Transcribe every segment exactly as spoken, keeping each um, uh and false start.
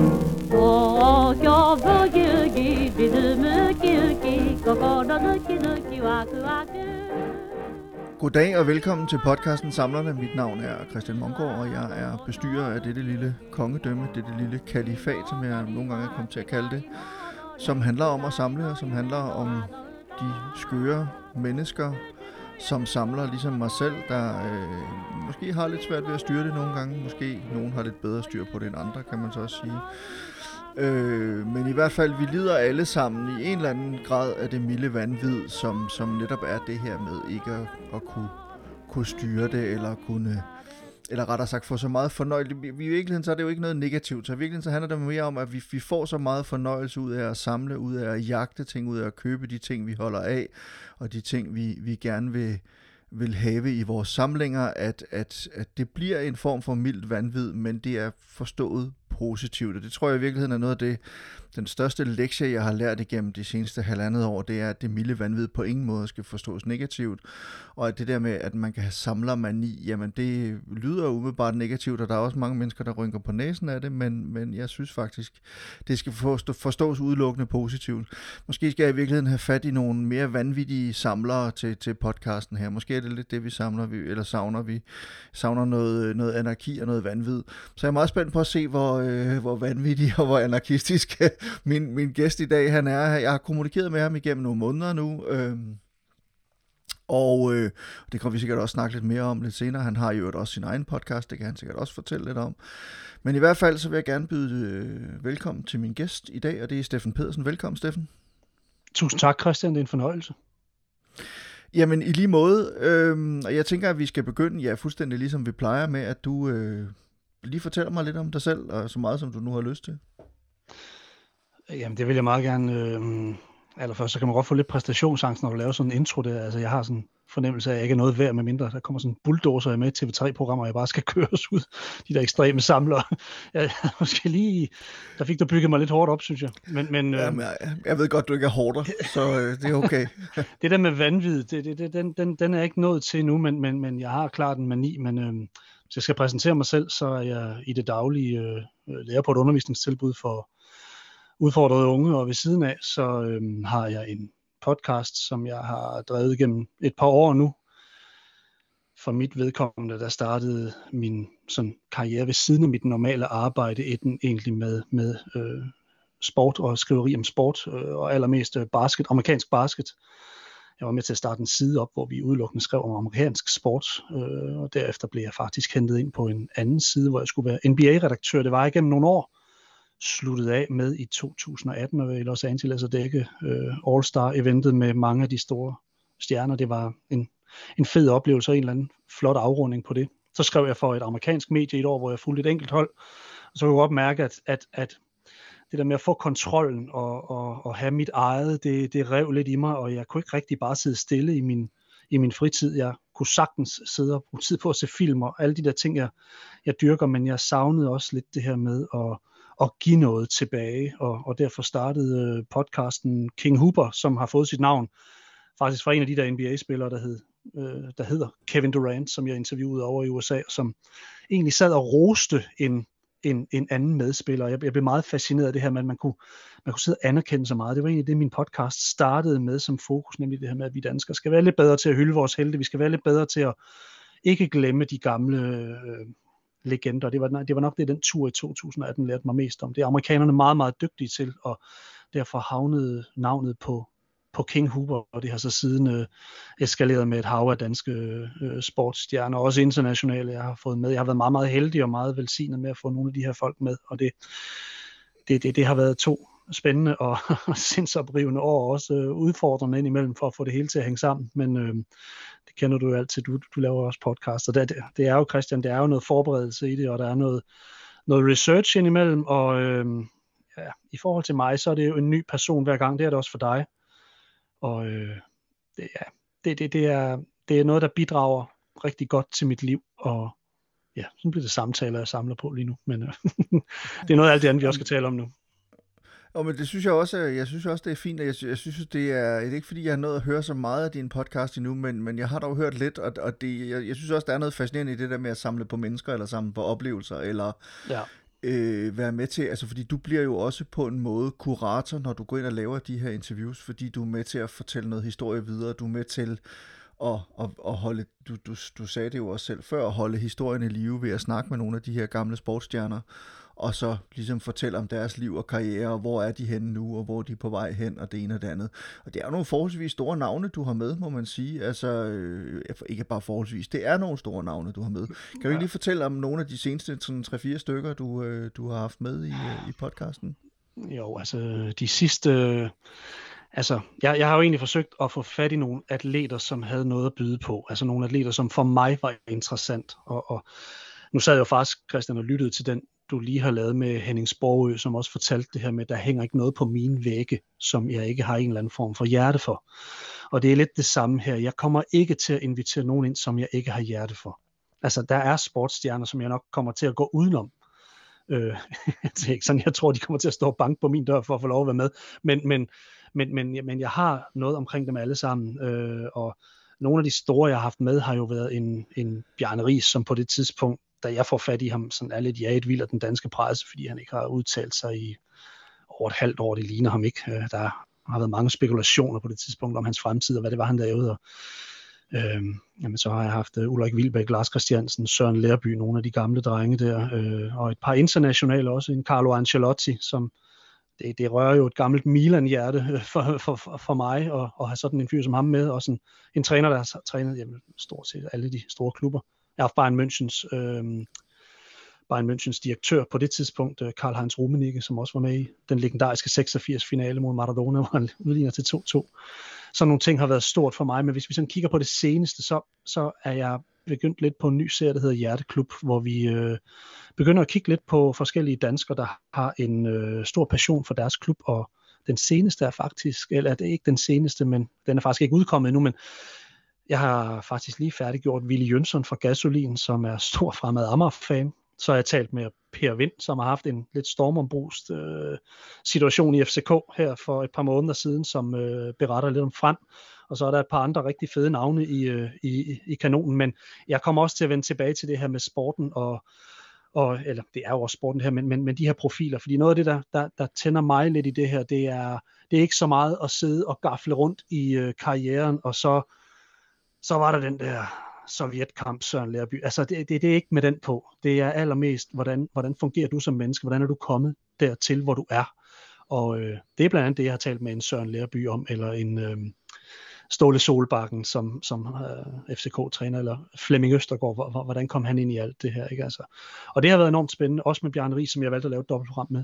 Goddag og velkommen til podcasten Samlerne. Mit navn er Christian Mongård, og jeg er bestyrer af dette lille kongedømme, dette lille kalifat, som jeg nogle gange er kommet til at kalde det, som handler om at samle, og som handler om de skøre mennesker, som samler ligesom mig selv, der øh, måske har lidt svært ved at styre det nogle gange. Måske nogen har lidt bedre styr på det end andre, kan man så også sige. Øh, men i hvert fald, vi lider alle sammen i en eller anden grad af det milde vanvid, som, som netop er det her med ikke at, at kunne, kunne styre det, eller kunne, eller rettere sagt få så meget fornøjelse. I virkeligheden så er det jo ikke noget negativt, så i virkeligheden så handler det mere om, at vi, vi får så meget fornøjelse ud af at samle, ud af at jagte ting, ud af at købe de ting, vi holder af, og de ting, vi, vi gerne vil, vil have i vores samlinger, at, at, at det bliver en form for mildt vanvid, men det er forstået positivt, og det tror jeg i virkeligheden er noget af det, den største lektie, jeg har lært igennem de seneste halvandet år, det er, at det milde vanvid på ingen måde skal forstås negativt, og at det der med, at man kan have samlermani, jamen det lyder umiddelbart negativt, og der er også mange mennesker, der rynker på næsen af det, men, men jeg synes faktisk, det skal forstå, forstås udelukkende positivt. Måske skal jeg i virkeligheden have fat i nogle mere vanvittige samlere til, til podcasten her. Måske er det lidt det, vi samler, vi, eller savner vi. Savner noget, noget anarki og noget vanvid. Så jeg er meget spændt på at se, hvor, øh, hvor vanvittig og hvor anarkistisk min, min gæst i dag han er. Jeg har kommunikeret med ham igennem nogle måneder nu, øh, og øh, det kommer vi sikkert også snakke lidt mere om lidt senere. Han har jo også sin egen podcast, det kan han sikkert også fortælle lidt om. Men i hvert fald så vil jeg gerne byde øh, velkommen til min gæst i dag, og det er Steffen Pedersen. Velkommen, Steffen. Tusind tak, Christian. Det er en fornøjelse. Jamen i lige måde, øh, og jeg tænker, at vi skal begynde, ja, fuldstændig ligesom vi plejer med, at du øh, lige fortæller mig lidt om dig selv, og så meget som du nu har lyst til. Jamen det vil jeg meget gerne. Øh, allerførst så kan man godt få lidt præstationsangst, når du laver sådan en intro der. Altså jeg har sådan en fornemmelse af, at jeg ikke er noget værd med mindre. Der kommer sådan en bulldozer med T V tre-programmer, og jeg bare skal køres ud. De der ekstreme samlere. Jeg, måske lige, der fik du bygget mig lidt hårdt op, synes jeg. Men, men, Jamen, jeg, jeg ved godt, du ikke er hårdere, så øh, det er okay. Det der med vanvid, det, det, det, den, den, den er jeg ikke nået til nu, men, men, men jeg har klart en mani. Men øh, hvis jeg skal præsentere mig selv, så er jeg i det daglige øh, lærer på et undervisningstilbud for udfordrede unge, og ved siden af, så øhm, har jeg en podcast, som jeg har drevet gennem et par år nu. For mit vedkommende, der startede min sådan, karriere ved siden af mit normale arbejde, enten egentlig med, med øh, sport og skriveri om sport, øh, og allermest øh, basket, amerikansk basket. Jeg var med til at starte en side op, hvor vi udelukkende skrev om amerikansk sport, øh, og derefter blev jeg faktisk hentet ind på en anden side, hvor jeg skulle være N B A-redaktør. Det var igennem nogle år. Sluttede af med i to tusind atten og i Los Angeles at dække øh, All-Star-eventet med mange af de store stjerner. Det var en, en fed oplevelse og en eller anden flot afrunding på det. Så skrev jeg for et amerikansk medie i et år, hvor jeg fulgte et enkelt hold. Og så kunne jeg godt mærke, at, at, at det der med at få kontrollen og, og, og have mit eget, det, det rev lidt i mig, og jeg kunne ikke rigtig bare sidde stille i min, i min fritid. Jeg kunne sagtens sidde og bruge tid på at se film og alle de der ting, jeg, jeg dyrker, men jeg savnede også lidt det her med at og give noget tilbage, og, og derfor startede øh, podcasten King Hooper, som har fået sit navn faktisk fra en af de der N B A-spillere, der, hed, øh, der hedder Kevin Durant, som jeg interviewede over i U S A, som egentlig sad og roste en, en, en anden medspiller. Jeg, jeg blev meget fascineret af det her med, at man kunne, man kunne sidde og anerkende så meget. Det var egentlig det, min podcast startede med som fokus, nemlig det her med, at vi danskere skal være lidt bedre til at hylde vores helte, vi skal være lidt bedre til at ikke glemme de gamle øh, legender. Det var, det var nok det, den tur i to tusind atten lærte mig mest om. Det er amerikanerne meget, meget dygtige til, og derfor havnede navnet på, på King Hooper, og det har så siden øh, eskaleret med et hav af danske øh, sportsstjerner, også internationale, jeg har fået med. Jeg har været meget, meget heldig og meget velsignet med at få nogle af de her folk med, og det, det, det, det har været to spændende og sindsoprivende år, også øh, udfordrende indimellem for at få det hele til at hænge sammen, men øh, det kender du jo altid, du, du laver også podcast, og det, det, det er jo, Christian, det er jo noget forberedelse i det, og der er noget, noget research indimellem, og øh, ja, i forhold til mig, så er det jo en ny person hver gang, det er det også for dig, og øh, det, ja, det, det, det, er, det er noget, der bidrager rigtig godt til mit liv, og ja, sådan bliver det samtaler, jeg samler på lige nu, men øh, det er noget af alt det andet, vi også skal tale om nu. Og men det synes jeg også, jeg synes også det er fint, og jeg, jeg synes det er, det er ikke fordi jeg har nået at høre så meget af din podcast endnu, men, men jeg har dog hørt lidt, og, og det, jeg, jeg synes også der er noget fascinerende i det der med at samle på mennesker eller samle på oplevelser eller ja. øh, være med til, altså fordi du bliver jo også på en måde kurator, når du går ind og laver de her interviews, fordi du er med til at fortælle noget historie videre, du er med til at, at, at holde, du, du, du sagde det jo også selv før, at holde historien i live ved at snakke med nogle af de her gamle sportsstjerner, og så ligesom fortælle om deres liv og karriere, og hvor er de henne nu, og hvor de er på vej hen, og det ene og det andet. Og det er jo nogle forholdsvis store navne, du har med, må man sige. Altså, øh, ikke bare forholdsvis, det er nogle store navne, du har med. Kan du ikke lige fortælle om nogle af de seneste sådan tre-fire stykker, du, øh, du har haft med i, øh, i podcasten? Jo, altså de sidste... Øh, altså, jeg, jeg har jo egentlig forsøgt at få fat i nogle atleter, som havde noget at byde på. Altså nogle atleter, som for mig var interessant. Og, og nu sad jeg jo faktisk, Christian, og lyttede til den, du lige har lavet med Henning Sporø, som også fortalte det her med, at der hænger ikke noget på mine vægge, som jeg ikke har en eller anden form for hjerte for. Og det er lidt det samme her. Jeg kommer ikke til at invitere nogen ind, som jeg ikke har hjerte for. Altså, der er sportsstjerner, som jeg nok kommer til at gå udenom. Øh, det er ikke sådan, jeg tror, de kommer til at stå og banke på min dør for at få lov at være med. Men, men, men, men, men jeg har noget omkring dem alle sammen. Øh, og nogle af de store, jeg har haft med, har jo været en, en Bjarne Riis, som på det tidspunkt, da jeg får fat i ham, sådan er lidt jaget vild af den danske presse, fordi han ikke har udtalt sig i over et halvt år. Det ligner ham ikke. Der har været mange spekulationer på det tidspunkt om hans fremtid, og hvad det var, han lavede. Og, øh, jamen, så har jeg haft Ulrik Wilbæk, Lars Christiansen, Søren Lerby, nogle af de gamle drenge der, øh, og et par internationale også, en Carlo Ancelotti, som det, det rører jo et gammelt Milan-hjerte for, for, for, for mig, og, og have sådan en fyr som ham med, og sådan en træner, der har trænet jamen, stort set alle de store klubber. Jeg har haft Bayern Münchens, øh, Bayern Münchens direktør på det tidspunkt, Karl-Heinz Rummenigge, som også var med i den legendariske seksogfirs-finale mod Maradona, hvor han udligner til to-to. Sådan nogle ting har været stort for mig, men hvis vi sådan kigger på det seneste, så, så er jeg begyndt lidt på en ny serie, der hedder Hjerteklub, hvor vi øh, begynder at kigge lidt på forskellige danskere, der har en øh, stor passion for deres klub, og den seneste er faktisk, eller det er ikke den seneste, men den er faktisk ikke udkommet endnu, men jeg har faktisk lige færdiggjort Willy Jønsson fra Gasolin, som er stor Fremad Amager-fan. Så har jeg talt med Per Vind, som har haft en lidt stormombrust øh, situation i F C K her for et par måneder siden, som øh, beretter lidt om Frem. Og så er der et par andre rigtig fede navne i, øh, i, i kanonen. Men jeg kommer også til at vende tilbage til det her med sporten, og, og, eller det er jo også sporten her, men, men, men de her profiler. Fordi noget af det, der, der, der tænder mig lidt i det her, det er, det er ikke så meget at sidde og gafle rundt i øh, karrieren, og så, så var der den der sovjetkamp, Søren Lerby. Altså, det, det, det er ikke med den på. Det er allermest, hvordan, hvordan fungerer du som menneske? Hvordan er du kommet dertil, hvor du er? Og øh, det er blandt andet det, jeg har talt med en Søren Lerby om, eller en øh, Ståle Solbakken, som, som øh, F C K-træner, eller Flemming Østergaard. Hvordan kom han ind i alt det her? Ikke? Altså, og det har været enormt spændende, også med Bjarne Riis, som jeg valgte at lave et dobbeltprogram med.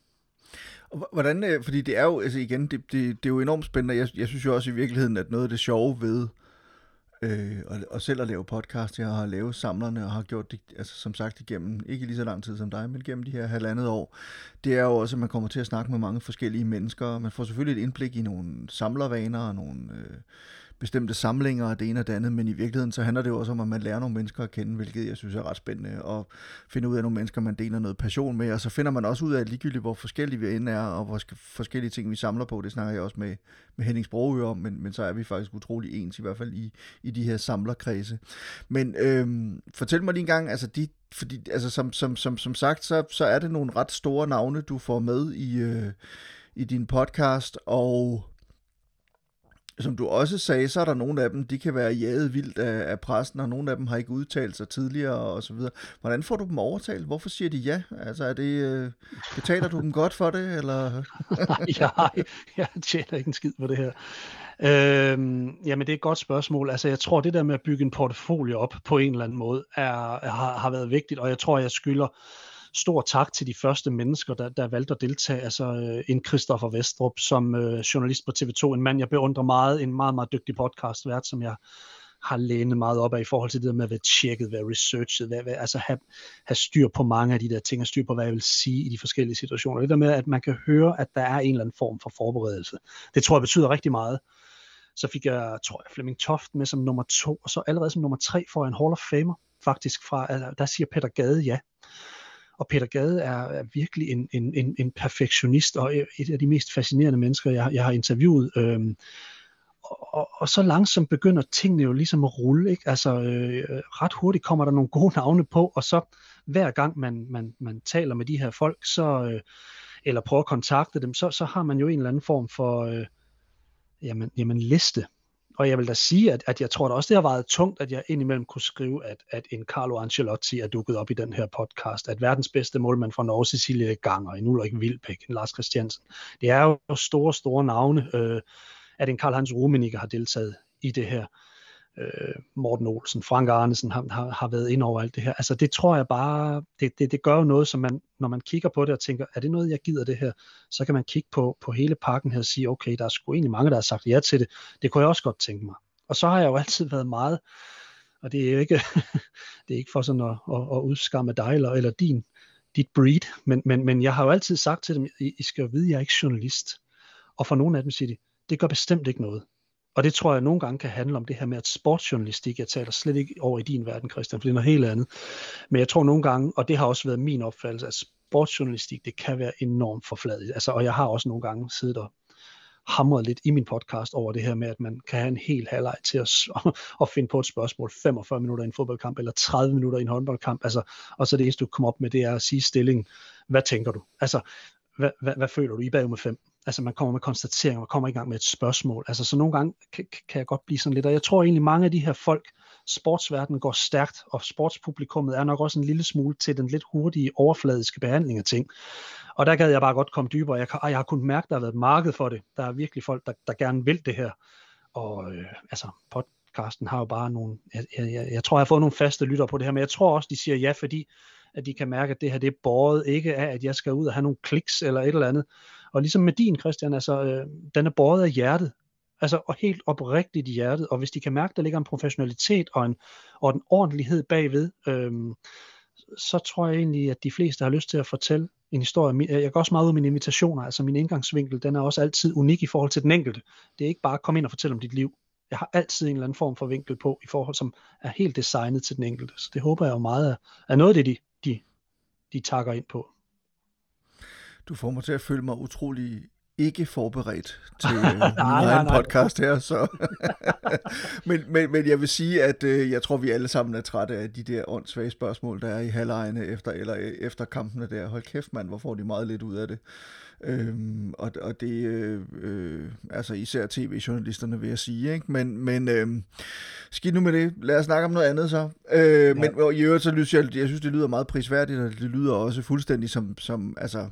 Hvordan, fordi det er jo, altså igen, det, det, det er jo enormt spændende. Jeg, jeg synes jo også i virkeligheden, at noget af det sjove ved Øh, og, og selv at lave podcast, jeg har lavet Samlerne og har gjort det, altså som sagt igennem, ikke lige så lang tid som dig, men gennem de her halvandet år, det er jo også, at man kommer til at snakke med mange forskellige mennesker, man får selvfølgelig et indblik i nogle samlervaner og nogle øh, bestemte samlinger og det ene og det andet, men i virkeligheden så handler det jo også om, at man lærer nogle mennesker at kende, hvilket jeg synes er ret spændende, og finde ud af nogle mennesker, man deler noget passion med, og så finder man også ud af ligegyldigt, hvor forskellige vi end er, og hvor forskellige ting vi samler på. Det snakker jeg også med, med Henning Sprogø om, men, men så er vi faktisk utrolig ens, i hvert fald i, i de her samlerkredse. Men øhm, fortæl mig lige en gang, altså, de, fordi, altså som, som, som, som sagt, så, så er det nogle ret store navne, du får med i, øh, i din podcast, og som du også sagde, så er der nogle af dem, de kan være jaget vildt af, af pressen, og nogle af dem har ikke udtalt sig tidligere, og så videre. Hvordan får du dem overtalt? Hvorfor siger de ja? Altså, er det, øh, betaler du dem godt for det, eller? Nej, jeg tjener ikke en skid på det her. Øhm, jamen, det er et godt spørgsmål. Altså, jeg tror, det der med at bygge en portefølje op på en eller anden måde, er, har, har været vigtigt, og jeg tror, jeg skylder stor tak til de første mennesker, der, der valgte at deltage. Altså øh, en Christoffer Vestrup som øh, journalist på T V to, en mand, jeg beundrer meget, en meget, meget dygtig podcastvært, som jeg har lænet meget op af i forhold til det der med at være tjekket, være researchet, være, være, altså have, have styr på mange af de der ting, og styr på, hvad jeg vil sige i de forskellige situationer. Det der med, at man kan høre, at der er en eller anden form for forberedelse. Det tror jeg betyder rigtig meget. Så fik jeg, tror jeg, Flemming Toft med som nummer to, og så allerede som nummer tre får jeg en Hall of Famer, faktisk fra, der siger Peter Gade ja. Og Peter Gade er, er virkelig en, en, en, en perfektionist, og et af de mest fascinerende mennesker, jeg, jeg har interviewet. Øhm, og, og så langsomt begynder tingene jo ligesom at rulle, ikke? Altså øh, ret hurtigt kommer der nogle gode navne på, og så hver gang man, man, man taler med de her folk, så, øh, eller prøver at kontakte dem, så, så har man jo en eller anden form for øh, jamen, jamen liste. Og jeg vil da sige, at, at jeg tror da også, det har været tungt, at jeg indimellem kunne skrive, at, at en Carlo Ancelotti er dukket op i den her podcast, at verdens bedste målmand fra Norge, Cecilie Ganger, en Ulrik Wilbæk, en Lars Christiansen. Det er jo store, store navne, øh, at en Karl-Heinz Rummenigge har deltaget i det her. Øh, Morten Olsen, Frank Arnesen har, har, har været ind over alt det her. Altså det tror jeg bare, det, det, det gør jo noget, som man, når man kigger på det og tænker, er det noget, jeg gider det her? Så kan man kigge på, på hele pakken her og sige, okay, der er sgu egentlig mange, der har sagt ja til det. Det kunne jeg også godt tænke mig. Og så har jeg jo altid været meget, og det er jo ikke, det er ikke for sådan at, at, at udskamme dig eller, eller din, dit breed, men, men, men jeg har jo altid sagt til dem, I, I skal jo vide, at jeg er ikke journalist. Og for nogle af dem siger de, det gør bestemt ikke noget. Og det tror jeg nogle gange kan handle om det her med, at sportsjournalistik, jeg taler slet ikke over i din verden, Christian, for det er noget helt andet. Men jeg tror nogle gange, og det har også været min opfattelse, at sportsjournalistik, det kan være enormt forfladigt. Altså, og jeg har også nogle gange siddet og hamret lidt i min podcast over det her med, at man kan have en hel halvleg til at, at finde på et spørgsmål femogfyrre minutter i en fodboldkamp, eller tredive minutter i en håndboldkamp, altså, og så det eneste, du kommer op med, det er at sige stillingen. Hvad tænker du? Altså, hvad, hvad, hvad føler du? I bagud med fem. Altså man kommer med konstateringer, man kommer i gang med et spørgsmål. Altså så nogle gange kan, kan jeg godt blive sådan lidt, og jeg tror egentlig mange af de her folk, sportsverdenen går stærkt, og sportspublikummet er nok også en lille smule til den lidt hurtige, overfladiske behandling af ting. Og der gad jeg bare godt komme dybere, jeg, og jeg har kunnet mærke, at der har været et marked for det. Der er virkelig folk, der, der gerne vil det her. Og øh, altså podcasten har jo bare nogle, jeg, jeg, jeg tror jeg har fået nogle faste lyttere på det her, men jeg tror også, de siger ja, fordi at de kan mærke, at det her det er båret ikke af, at jeg skal ud og have nogle kliks eller et eller andet. Og ligesom med din, Christian, altså, øh, den er båret af hjertet. Altså, og helt oprigtigt i hjertet. Og hvis de kan mærke, der ligger en professionalitet og en, og en ordentlighed bagved, øh, så tror jeg egentlig, at de fleste har lyst til at fortælle en historie. Jeg går også meget ud af mine invitationer, altså min indgangsvinkel, den er også altid unik i forhold til den enkelte. Det er ikke bare at komme ind og fortælle om dit liv. Jeg har altid en eller anden form for vinkel på, i forhold som er helt designet til den enkelte. Så det håber jeg jo meget er, er noget af det, de, de, de takker ind på. Du får mig til at føle mig utrolig ikke forberedt til min egen podcast her, så men, men, men jeg vil sige, at øh, jeg tror, vi alle sammen er trætte af de der åndssvage spørgsmål, der er i halvlejene efter, eller efter kampene der. Hold kæft, mand, hvor får de meget lidt ud af det. Øhm, og, og det øh, øh, altså især tv-journalisterne vil jeg sige, ikke? Men, men øh, skidt nu med det. Lad os snakke om noget andet så. Øh, ja. Men og i øvrigt så lyder jeg, jeg synes det lyder meget prisværdigt, og det lyder også fuldstændig som, som altså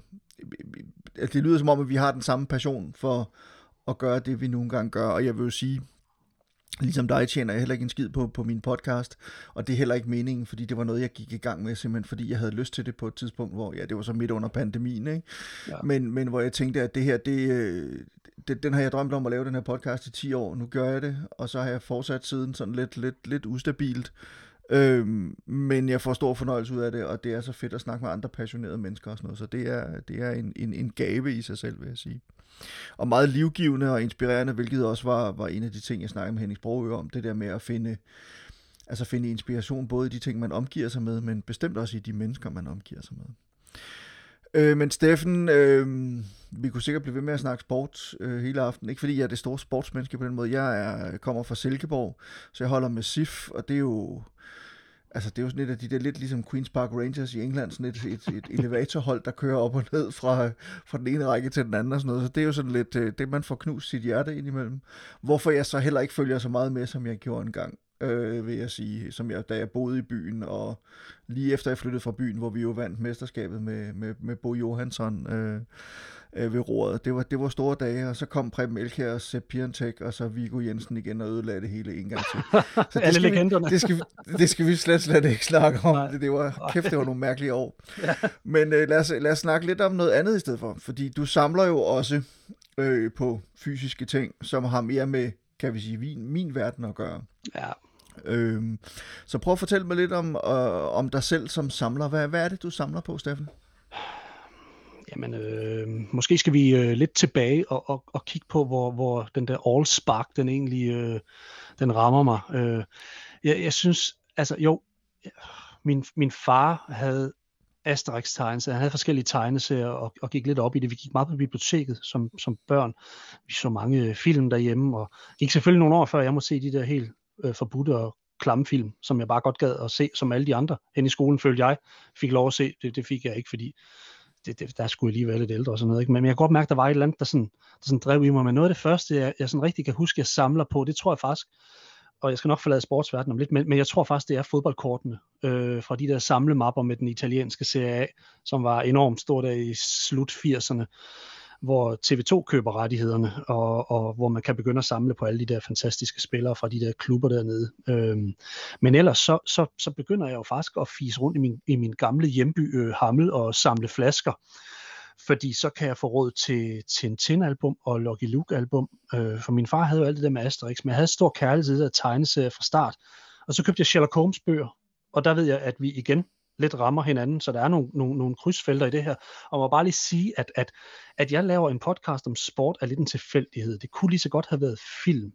det lyder som om, at vi har den samme passion for at gøre det, vi nogle gange gør, og jeg vil jo sige, ligesom dig tjener jeg heller ikke en skid på, på min podcast, og det er heller ikke meningen, fordi det var noget, jeg gik i gang med, simpelthen fordi jeg havde lyst til det på et tidspunkt, hvor, ja, det var så midt under pandemien, ikke? Ja. Men, men hvor jeg tænkte, at det her, det, det, den har jeg drømt om at lave den her podcast i ti år, nu gør jeg det, og så har jeg fortsat siden sådan lidt, lidt, lidt ustabilt, Øhm, men jeg får stor fornøjelse ud af det, og det er så fedt at snakke med andre passionerede mennesker og sådan noget, så det er, det er en, en, en gave i sig selv, vil jeg sige. Og meget livgivende og inspirerende, hvilket også var, var en af de ting, jeg snakkede med Henning Sprogøe om, det der med at finde, altså finde inspiration både i de ting, man omgiver sig med, men bestemt også i de mennesker, man omgiver sig med. Øh, men Steffen, øh, vi kunne sikkert blive ved med at snakke sport øh, hele aftenen. Ikke fordi jeg er det store sportsmenneske på den måde. Jeg er, kommer fra Silkeborg, så jeg holder med S I F, og det er jo, altså det er jo sådan et af de der lidt ligesom Queen's Park Rangers i England, sådan et, et, et elevatorhold, der kører op og ned fra, fra den ene række til den anden og sådan noget. Så det er jo sådan lidt det, man får knust sit hjerte indimellem. Hvorfor jeg så heller ikke følger så meget med, som jeg gjorde engang. Øh, vil jeg sige, som jeg, da jeg boede i byen, og lige efter jeg flyttede fra byen, hvor vi jo vandt mesterskabet med, med, med Bo Johansson øh, øh, ved roret. Det var, det var store dage, og så kom Preben Elkjær og Sepp Piontek, og så Viggo Jensen igen og ødelagde det hele en gang til. Så det, skal vi, det, skal vi, det skal vi slet, slet ikke snakke om. Det, det var, kæft, det var nogle mærkelige år. Ja. Men øh, lad, os, lad os snakke lidt om noget andet i stedet for, fordi du samler jo også øh, på fysiske ting, som har mere med, kan vi sige, min, min verden at gøre. Ja. Øhm, så prøv at fortælle mig lidt om, øh, om dig selv som samler. Hvad, hvad er det, du samler på, Steffen? Jamen, øh, måske skal vi øh, lidt tilbage og, og, og kigge på, hvor, hvor den der Allspark, den egentlig øh, den rammer mig. Øh, jeg, jeg synes, altså jo, min, min far havde Asterix-tegneserier, han havde forskellige tegneserier og, og gik lidt op i det. Vi gik meget på biblioteket som, som børn. Vi så mange film derhjemme, og gik selvfølgelig nogle år før jeg måtte se de der helt øh, forbudte og klamme film, som jeg bare godt gad at se, som alle de andre hen i skolen, følte jeg, fik lov at se. Det, det fik jeg ikke, fordi det, det, der skulle jeg lige være lidt ældre og sådan noget. Ikke? Men, men jeg kan godt mærke, at der var et eller andet, der sådan, der sådan drev i mig. Men noget af det første, jeg, jeg sådan rigtig kan huske, jeg samler på, det tror jeg faktisk, og jeg skal nok forlade sportsverdenen om lidt, men, men jeg tror faktisk, det er fodboldkortene øh, fra de der samlemapper med den italienske Serie A, som var enormt stor der i slut firserne, hvor T V to køber rettighederne, og, og hvor man kan begynde at samle på alle de der fantastiske spillere fra de der klubber dernede. Øhm, men ellers så, så, så begynder jeg jo faktisk at fise rundt i min, i min gamle hjemby øh, Hammel og samle flasker, fordi så kan jeg få råd til Tintin-album og Lucky Luke-album, øh, for min far havde jo alt det der med Asterix, men jeg havde stor kærlighed til det der tegneserie fra start, og så købte jeg Sherlock Holmes bøger, og der ved jeg, at vi igen lidt rammer hinanden, så der er nogle, nogle, nogle krydsfelter i det her, og må bare lige sige, at, at, at jeg laver en podcast om sport er lidt en tilfældighed. Det kunne lige så godt have været film,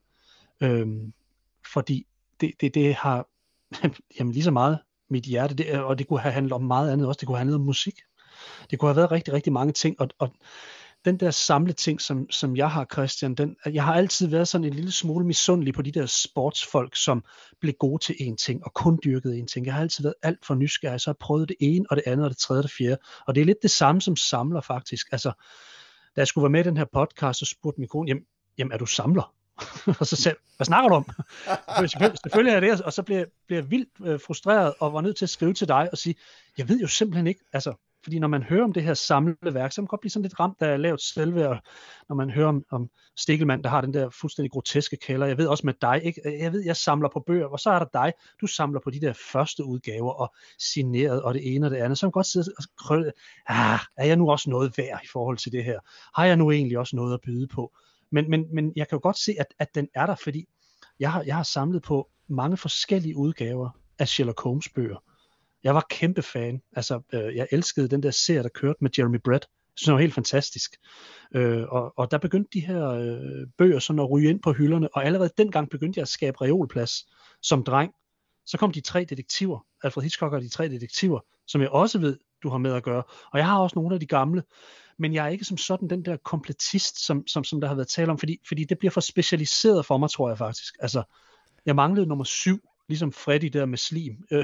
øhm, fordi det, det, det har jamen lige så meget mit hjerte, det, og det kunne have handlet om meget andet også, det kunne have handlet om musik. Det kunne have været rigtig, rigtig mange ting, og, og den der samle ting, som, som jeg har, Christian, den, jeg har altid været sådan en lille smule misundelig på de der sportsfolk, som blev gode til én ting, og kun dyrkede én ting. Jeg har altid været alt for nysgerrig, så har jeg prøvet det ene, og det andet, og det tredje, og det fjerde. Og det er lidt det samme som samler, faktisk. Altså, da jeg skulle være med i den her podcast, så spurgte min kone, jamen, jamen er du samler? Og så sagde hvad snakker du om? selvfølgelig, selvfølgelig er det, og så blev jeg, blev jeg vildt øh, frustreret, og var nødt til at skrive til dig og sige, jeg ved jo simpelthen ikke, altså, fordi når man hører om det her samlede værk, så kan man godt blive sådan lidt ramt af lavt selvværd, når man hører om, om Stegelmann, der har den der fuldstændig groteske kælder. Jeg ved også med dig, ikke? Jeg ved, jeg samler på bøger, og så er der dig, du samler på de der første udgaver, og signeret, og det ene og det andet. Så kan man godt sidde og krølle, ah, er jeg nu også noget værd i forhold til det her? Har jeg nu egentlig også noget at byde på? Men, men, men jeg kan jo godt se, at, at den er der, fordi jeg har, jeg har samlet på mange forskellige udgaver af Sherlock Holmes bøger. Jeg var kæmpe fan. Altså, øh, jeg elskede den der serie, der kørte med Jeremy Brett. Jeg synes, det var helt fantastisk. Øh, og, og der begyndte de her øh, bøger sådan at ryge ind på hylderne, og allerede dengang begyndte jeg at skabe reolplads som dreng. Så kom de tre detektiver, Alfred Hitchcock og de tre detektiver, som jeg også ved, du har med at gøre. Og jeg har også nogle af de gamle, men jeg er ikke som sådan den der kompletist, som, som, som der har været tale om, fordi, fordi det bliver for specialiseret for mig, tror jeg faktisk. Altså, jeg manglede nummer syv, ligesom Freddy der med slim, øh,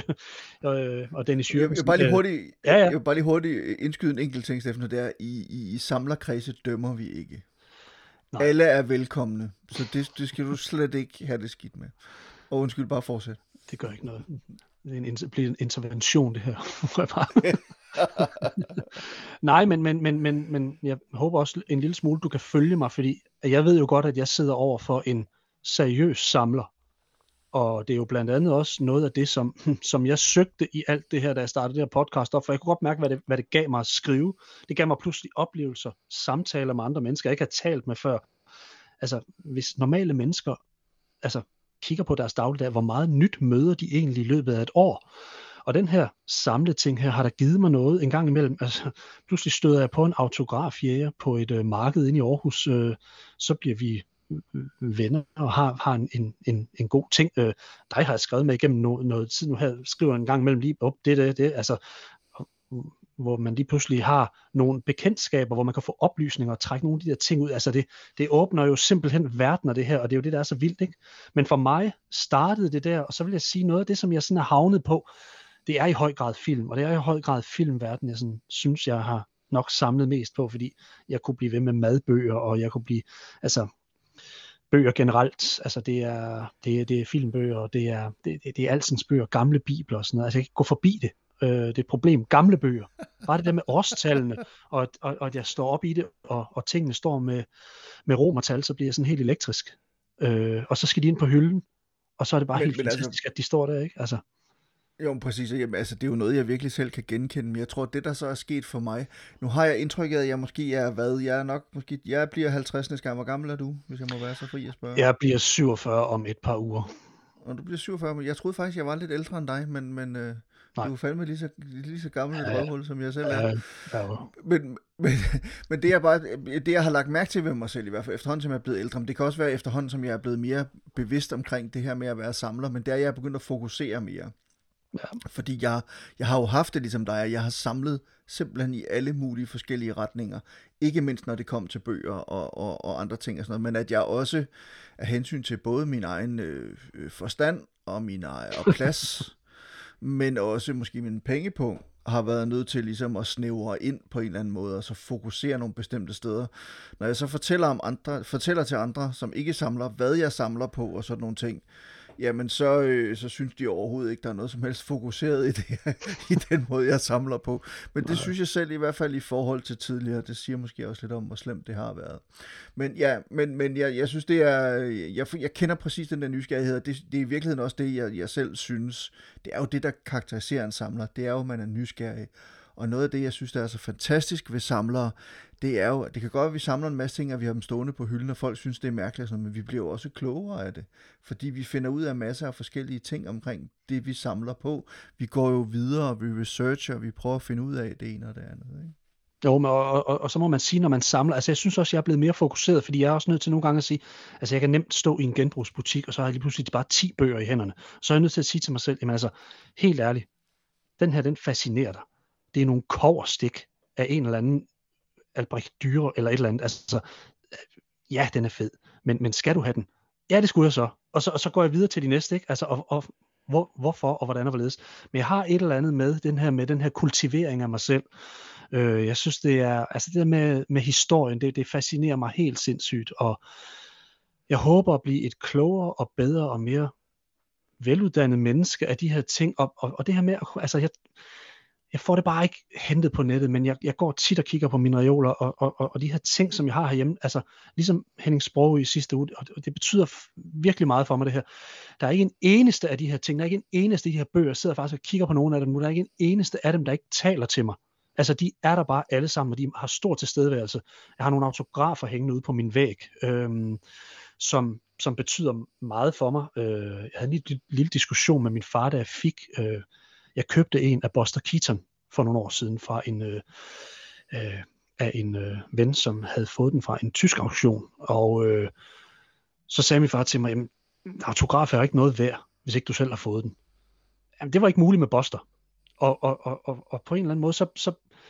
øh, og Dennis Jørgensen. Jeg vil bare lige hurtigt, ja, ja. jeg vil bare lige hurtigt indskyde en enkelt ting, Steffen, og det er, i, i, i samlerkredse dømmer vi ikke. Nej. Alle er velkomne, så det, det skal du slet ikke have det skidt med. Og undskyld, bare fortsæt. Det gør ikke noget. Det er en, bliver en intervention, det her. Nej, men, men, men, men, men jeg håber også en lille smule, du kan følge mig, fordi jeg ved jo godt, at jeg sidder over for en seriøs samler. Og det er jo blandt andet også noget af det, som, som jeg søgte i alt det her, da jeg startede det her podcast op, for jeg kunne godt mærke, hvad det, hvad det gav mig at skrive. Det gav mig pludselig oplevelser, samtaler med andre mennesker, jeg ikke har talt med før. Altså, hvis normale mennesker altså, kigger på deres dagligdag, hvor meget nyt møder de egentlig i løbet af et år. Og den her samlede ting her, har der givet mig noget en gang imellem. Altså, pludselig støder jeg på en autografjæger på et øh, marked inde i Aarhus, øh, så bliver vi venner og har, har en, en, en, en god ting. Øh, dig har jeg skrevet med igennem noget, noget tid. Nu her skriver jeg en gang imellem lige op det, det, det. Altså, hvor man lige pludselig har nogle bekendtskaber, hvor man kan få oplysninger og trække nogle af de der ting ud. Altså det, det åbner jo simpelthen verden af det her, og det er jo det, der er så vildt, ikke? Men for mig startede det der, og så vil jeg sige noget af det, som jeg sådan er havnet på, det er i høj grad film, og det er i høj grad filmverden, jeg sådan, synes, jeg har nok samlet mest på, fordi jeg kunne blive ved med madbøger, og jeg kunne blive, altså bøger generelt, altså det er, det er, det er filmbøger, og det er, det, det, det er alskens bøger, gamle bibler og sådan noget, altså jeg kan ikke gå forbi det. Øh, det er et problem. Gamle bøger. Bare det der med årstallene, og, og, og at jeg står op i det, og, og tingene står med, med romertal, så bliver jeg sådan helt elektrisk. Øh, og så skal de ind på hylden, og så er det bare men, helt men fantastisk, altså, at de står der, ikke? Altså. Jo, præcis. Jamen, altså, det er jo noget, jeg virkelig selv kan genkende, men jeg tror, det der så er sket for mig, nu har jeg indtrykket af, at jeg måske er, hvad, jeg er nok, måske, jeg bliver halvtreds næste gang. Hvor gammel er du, hvis jeg må være så fri at spørge? Jeg bliver syvogfyrre om et par uger. Og du bliver syvogfyrre, jeg troede faktisk, jeg var lidt ældre end dig, men, men øh, du er fandme lige så, lige så gammel et røvhul, som jeg selv er. Ja, ja. Men, men, men det, jeg bare, det, jeg har lagt mærke til ved mig selv, i hvert fald efterhånden, som jeg er blevet ældre, men det kan også være efterhånden, som jeg er blevet mere bevidst omkring det her med at være samler, men der er jeg begyndt at fokusere mere. Ja. Fordi jeg, jeg har jo haft det ligesom dig, jeg har samlet simpelthen i alle mulige forskellige retninger. Ikke mindst når det kom til bøger og, og, og andre ting og sådan noget, men at jeg også af hensyn til både min egen øh, forstand og min egen og plads, men også måske min pengepunkt, har været nødt til ligesom at snævre ind på en eller anden måde, og så fokusere nogle bestemte steder. Når jeg så fortæller, om andre, fortæller til andre, som ikke samler, hvad jeg samler på og sådan nogle ting, jamen så, øh, så synes de overhovedet ikke, der er noget som helst fokuseret i det, i den måde, jeg samler på. Men det synes jeg selv i hvert fald i forhold til tidligere, det siger måske også lidt om, hvor slemt det har været. Men ja, men, men jeg, jeg synes, det er, jeg, jeg kender præcis den der nysgerrighed, og det, det er i virkeligheden også det, jeg, jeg selv synes, det er jo det, der karakteriserer en samler, det er jo, at man er nysgerrig. Og noget af det, jeg synes, der er så fantastisk ved samlere, det er jo, det kan godt være, at vi samler en masse ting, og vi har dem stående på hylden, og folk synes, det er mærkeligt, men vi bliver jo også klogere af det. Fordi vi finder ud af masser af forskellige ting omkring det, vi samler på. Vi går jo videre, vi researcher, vi prøver at finde ud af det ene og det andet. Ikke? Jo, men, og, og, og så må man sige, når man samler, altså jeg synes også, jeg er blevet mere fokuseret, fordi jeg er også nødt til nogle gange at sige, altså jeg kan nemt stå i en genbrugsbutik, og så har jeg lige pludselig bare ti bøger i hænderne. Så er jeg nødt til at sige til mig selv, jamen altså, helt ærligt, den her, den fascinerer dig. Det er nogle kobberstik af en eller anden Albrecht Dürer eller et eller andet. Altså, ja, den er fed, men, men skal du have den? Ja, det skulle jeg så. Og så, og så går jeg videre til de næste, ikke? Altså, og, og hvor, hvorfor og hvordan og hvorledes. Men jeg har et eller andet med den her, med den her kultivering af mig selv. Øh, jeg synes, det er, altså det der med, med historien, det, det fascinerer mig helt sindssygt, og jeg håber at blive et klogere og bedre og mere veluddannet menneske af de her ting, og, og, og det her med, altså jeg, jeg får det bare ikke hentet på nettet, men jeg, jeg går tit og kigger på mine reoler, og, og, og, og de her ting, som jeg har herhjemme, altså ligesom Henning Sprogøe i sidste uge, og det betyder virkelig meget for mig det her. Der er ikke en eneste af de her ting, der er ikke en eneste af de her bøger, jeg sidder faktisk og kigger på nogle af dem nu, der er ikke en eneste af dem, der ikke taler til mig. Altså de er der bare alle sammen, og de har stor tilstedeværelse. Jeg har nogle autografer hængende ude på min væg, øhm, som, som betyder meget for mig. Øh, jeg havde en lille, lille diskussion med min far, da jeg fik... Øh, Jeg købte en af Buster Keaton for nogle år siden fra en, øh, øh, af en øh, ven, som havde fået den fra en tysk auktion. Og øh, så sagde min far til mig, jamen, autograf er ikke noget værd, hvis ikke du selv har fået den. Jamen, det var ikke muligt med Buster. Og, og, og, og, og på en eller anden måde, så, så...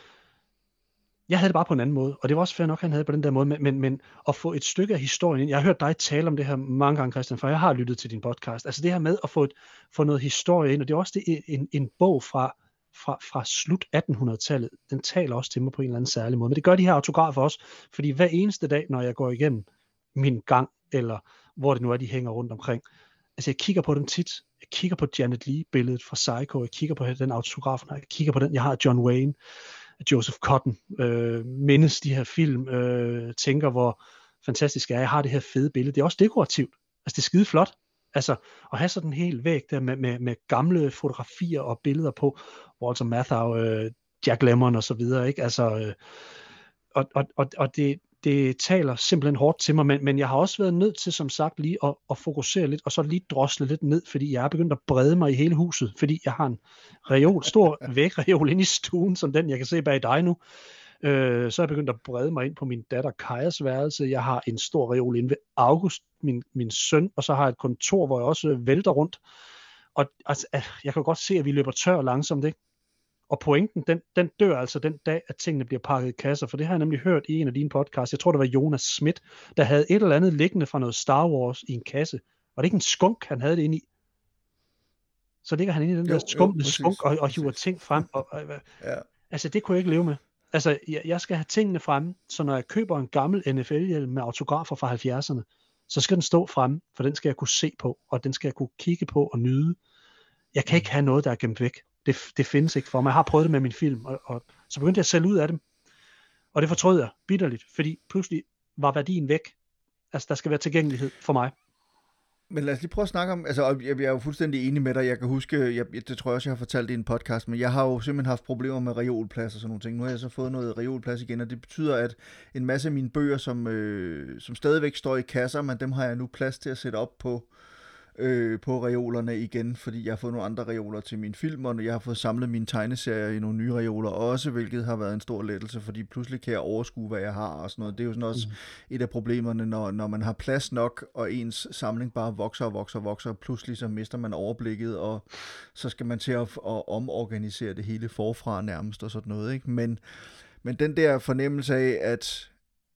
Jeg havde det bare på en anden måde, og det var også fair nok, han havde på den der måde, men, men, men at få et stykke af historien ind. Jeg har hørt dig tale om det her mange gange, Christian, for jeg har lyttet til din podcast. Altså det her med at få, et, få noget historie ind, og det er også det, en, en bog fra, fra, fra slut attenhundredetallet, den taler også til mig på en eller anden særlig måde. Men det gør de her autografer også, fordi hver eneste dag, når jeg går igennem min gang, eller hvor det nu er, de hænger rundt omkring, altså jeg kigger på dem tit. Jeg kigger på Janet Leigh-billedet fra Psycho, jeg kigger på den autograf, jeg kigger på den, jeg har John Wayne, Joseph Cotten, øh, mindes de her film, øh, tænker, hvor fantastisk er, jeg har det her fede billede. Det er også dekorativt. Altså, det er skide flot. Altså, at have sådan en hel væg der med, med, med gamle fotografier og billeder på Walter Matthau, øh, Jack Lemmon og så videre, ikke? Altså, øh, og, og, og, og det, det taler simpelthen hårdt til mig, men, men jeg har også været nødt til, som sagt, lige at, at fokusere lidt, og så lige drosle lidt ned, fordi jeg er begyndt at brede mig i hele huset, fordi jeg har en reol, stor vægreol inde i stuen, som den, jeg kan se bag dig nu. Øh, så er jeg begyndt at brede mig ind på min datter Kajas værelse. Jeg har en stor reol inde ved August, min, min søn, og så har jeg et kontor, hvor jeg også vælter rundt. Og altså, jeg kan godt se, at vi løber tør langsomt, ikke? Og pointen, den, den dør altså den dag, at tingene bliver pakket i kasser, for det har jeg nemlig hørt i en af dine podcasts. Jeg tror, det var Jonas Schmidt, der havde et eller andet liggende fra noget Star Wars i en kasse. Var det ikke en skunk, han havde det inde i? Så ligger han inde i den jo, der skumle skunk og, og hiver ting frem. Og, og, ja. Altså, det kunne jeg ikke leve med. Altså, jeg, jeg skal have tingene fremme, så når jeg køber en gammel N F L-hjelm med autografer fra halvfjerdserne, så skal den stå fremme, for den skal jeg kunne se på, og den skal jeg kunne kigge på og nyde. Jeg kan ikke have noget, der er gemt væk. Det, det findes ikke for mig. Jeg har prøvet det med min film, og, og så begyndte jeg at sælge ud af dem. Og det fortrød jeg bitterligt, fordi pludselig var værdien væk. Altså, der skal være tilgængelighed for mig. Men lad os lige prøve at snakke om, altså jeg, jeg er jo fuldstændig enig med dig, jeg kan huske, jeg, det tror jeg også, jeg har fortalt i en podcast, men jeg har jo simpelthen haft problemer med reolplads og sådan nogle ting. Nu har jeg så fået noget reolplads igen, og det betyder, at en masse af mine bøger, som, øh, som stadigvæk står i kasser, men dem har jeg nu plads til at sætte op på øh, på reolerne igen, fordi jeg har fået nogle andre reoler til min film, og jeg har fået samlet mine tegneserier i nogle nye reoler også, hvilket har været en stor lettelse, fordi pludselig kan jeg overskue, hvad jeg har og sådan noget. Det er jo sådan også mm. et af problemerne, når, når man har plads nok, og ens samling bare vokser og vokser og vokser, og pludselig så mister man overblikket, og så skal man til at, at omorganisere det hele forfra nærmest og sådan noget, ikke? Men, men den der fornemmelse af, at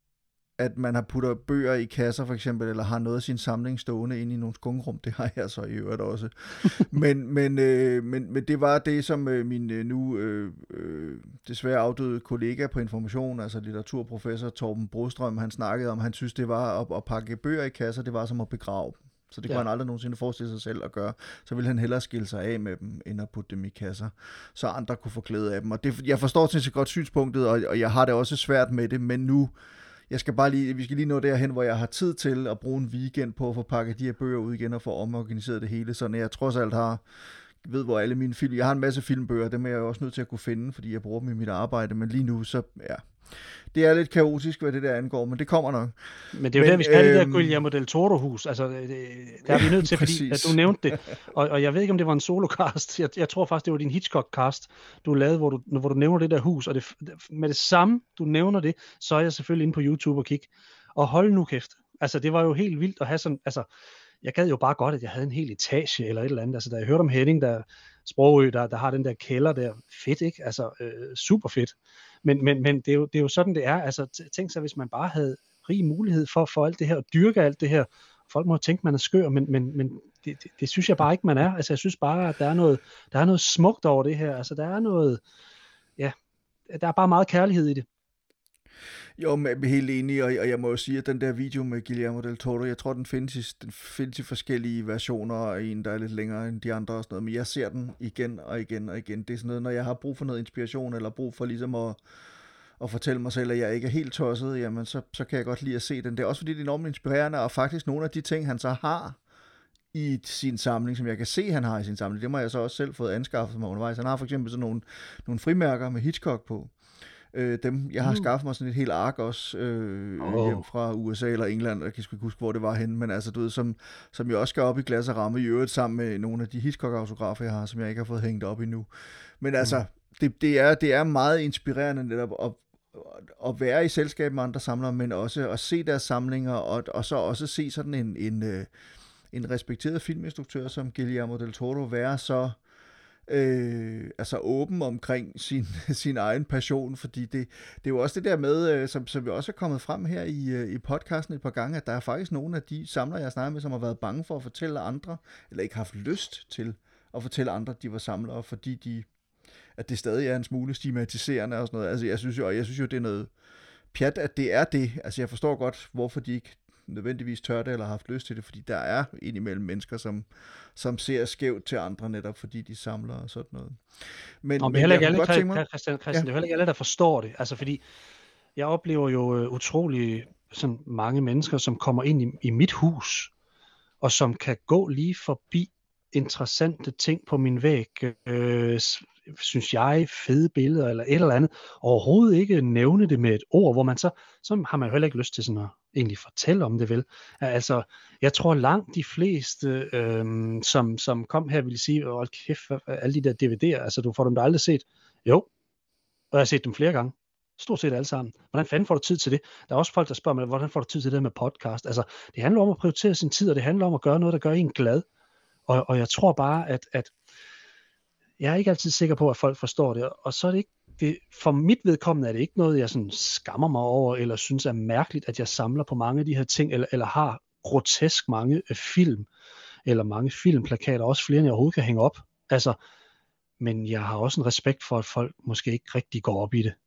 at man har puttet bøger i kasser for eksempel, eller har noget af sin samling stående inde i nogle skungrum, det har jeg så i øvrigt også. men, men, øh, men, men det var det, som øh, min øh, nu øh, øh, desværre afdøde kollega på Information, altså litteraturprofessor Torben Brostrøm, han snakkede om, han synes, det var at, at pakke bøger i kasser, det var som at begrave. Så det kunne ja. han aldrig nogensinde forestille sig selv at gøre. Så ville han hellere skille sig af med dem, end at putte dem i kasser, så andre kunne få glæde af dem. Og det, jeg forstår til sig godt synspunktet, og, og jeg har det også svært med det, men nu Jeg skal bare lige, vi skal lige nå derhen, hvor jeg har tid til at bruge en weekend på at få pakket de her bøger ud igen og få omorganiseret det hele, så når jeg trods alt har, ved hvor alle mine film, jeg har en masse filmbøger, dem er jeg også nødt til at kunne finde, fordi jeg bruger dem i mit arbejde, men lige nu, så ja, det er lidt kaotisk, hvad det der angår, men det kommer nok. Men det er jo men, der, vi skal have øhm, det der Guillermo del Toro-hus, altså det, der er vi nødt til, fordi at du nævnte det, og, og jeg ved ikke, om det var en solocast, jeg, jeg tror faktisk, det var din Hitchcock-cast, du lavede, hvor du, hvor du nævner det der hus, og det, med det samme, du nævner det, så er jeg selvfølgelig inde på YouTube og kigge, og hold nu kæft, altså det var jo helt vildt at have sådan, altså jeg gad jo bare godt, at jeg havde en hel etage eller et eller andet, altså da jeg hørte om Henning, der Sprogø, der, der har den der kælder der, fedt, ikke? Altså øh, super fedt. Men, men, men det, er jo, det er jo sådan, det er. Altså tænk sig, hvis man bare havde rig mulighed for, for alt det her, og dyrke alt det her. Folk må tænke, man er skør, men, men, men det, det, det synes jeg bare ikke, man er. Altså jeg synes bare, at der er noget, der er noget smukt over det her. Altså der er noget, ja, der er bare meget kærlighed i det. Jo, men jeg er helt enig, og jeg må jo sige, at den der video med Guillermo del Toro, jeg tror, den findes i, den findes i forskellige versioner, og en, der er lidt længere end de andre og sådan noget, men jeg ser den igen og igen og igen. Det er sådan noget, når jeg har brug for noget inspiration, eller brug for ligesom at, at fortælle mig selv, at jeg ikke er helt tosset, jamen så, så kan jeg godt lide at se den. Det er også fordi, det er enormt inspirerende, og faktisk nogle af de ting, han så har i sin samling, som jeg kan se, han har i sin samling, det må jeg så også selv fået anskaffet mig undervejs. Han har for eksempel sådan nogle, nogle frimærker med Hitchcock på. Øh, dem, jeg har skaffet mig sådan et helt ark også øh, oh. hjem fra U S A eller England, jeg kan ikke huske, hvor det var henne, men altså, du ved, som, som jeg også skal op i glas og ramme i øvrigt sammen med nogle af de Hitchcock-autografer, jeg har, som jeg ikke har fået hængt op endnu. Men altså, mm. det, det, er, det er meget inspirerende netop at, at være i selskab med andre samlere, men også at se deres samlinger, og, og så også se sådan en, en, en respekteret filminstruktør som Guillermo del Toro være så Øh, altså åben omkring sin, sin egen passion, fordi det, det er jo også det der med, øh, som, som vi også er kommet frem her i, øh, i podcasten et par gange, at der er faktisk nogle af de samlere, jeg snakker med, som har været bange for at fortælle andre, eller ikke haft lyst til at fortælle andre, at de var samlere, fordi de, at det stadig er en smule stigmatiserende og sådan noget. Altså jeg synes jo, og jeg synes jo, det er noget pjat, at det er det. Altså jeg forstår godt, hvorfor de ikke nødvendigvis tør det eller har haft lyst til det, fordi der er indimellem mennesker, som, som ser skævt til andre netop, fordi de samler og sådan noget. Men, Nå, men, men heller ikke alle, Christian, mig... Christian, Christian ja. Det er heller ikke alle, der forstår det. Altså fordi, jeg oplever jo uh, utrolig sådan mange mennesker, som kommer ind i, i mit hus, og som kan gå lige forbi interessante ting på min væg, øh, synes jeg, fede billeder eller et eller andet, overhovedet ikke nævne det med et ord, hvor man så, så har man jo heller ikke lyst til sådan at egentlig fortælle om det vel. Altså, jeg tror langt de fleste, øhm, som, som kom her, ville sige, åh kæft, alle de der D V D'er, altså du får dem da aldrig set. Jo, og jeg har set dem flere gange. Stort set alle sammen. Hvordan fanden får du tid til det? Der er også folk, der spørger mig, hvordan får du tid til det med podcast? Altså, det handler om at prioritere sin tid, og det handler om at gøre noget, der gør en glad. Og, og jeg tror bare, at, at jeg er ikke altid sikker på, at folk forstår det, og så er det ikke, det, for mit vedkommende er det ikke noget, jeg sådan skammer mig over, eller synes er mærkeligt, at jeg samler på mange af de her ting, eller, eller har grotesk mange film, eller mange filmplakater, også flere, end jeg overhovedet kan hænge op. Altså, men jeg har også en respekt for, at folk måske ikke rigtig går op i det.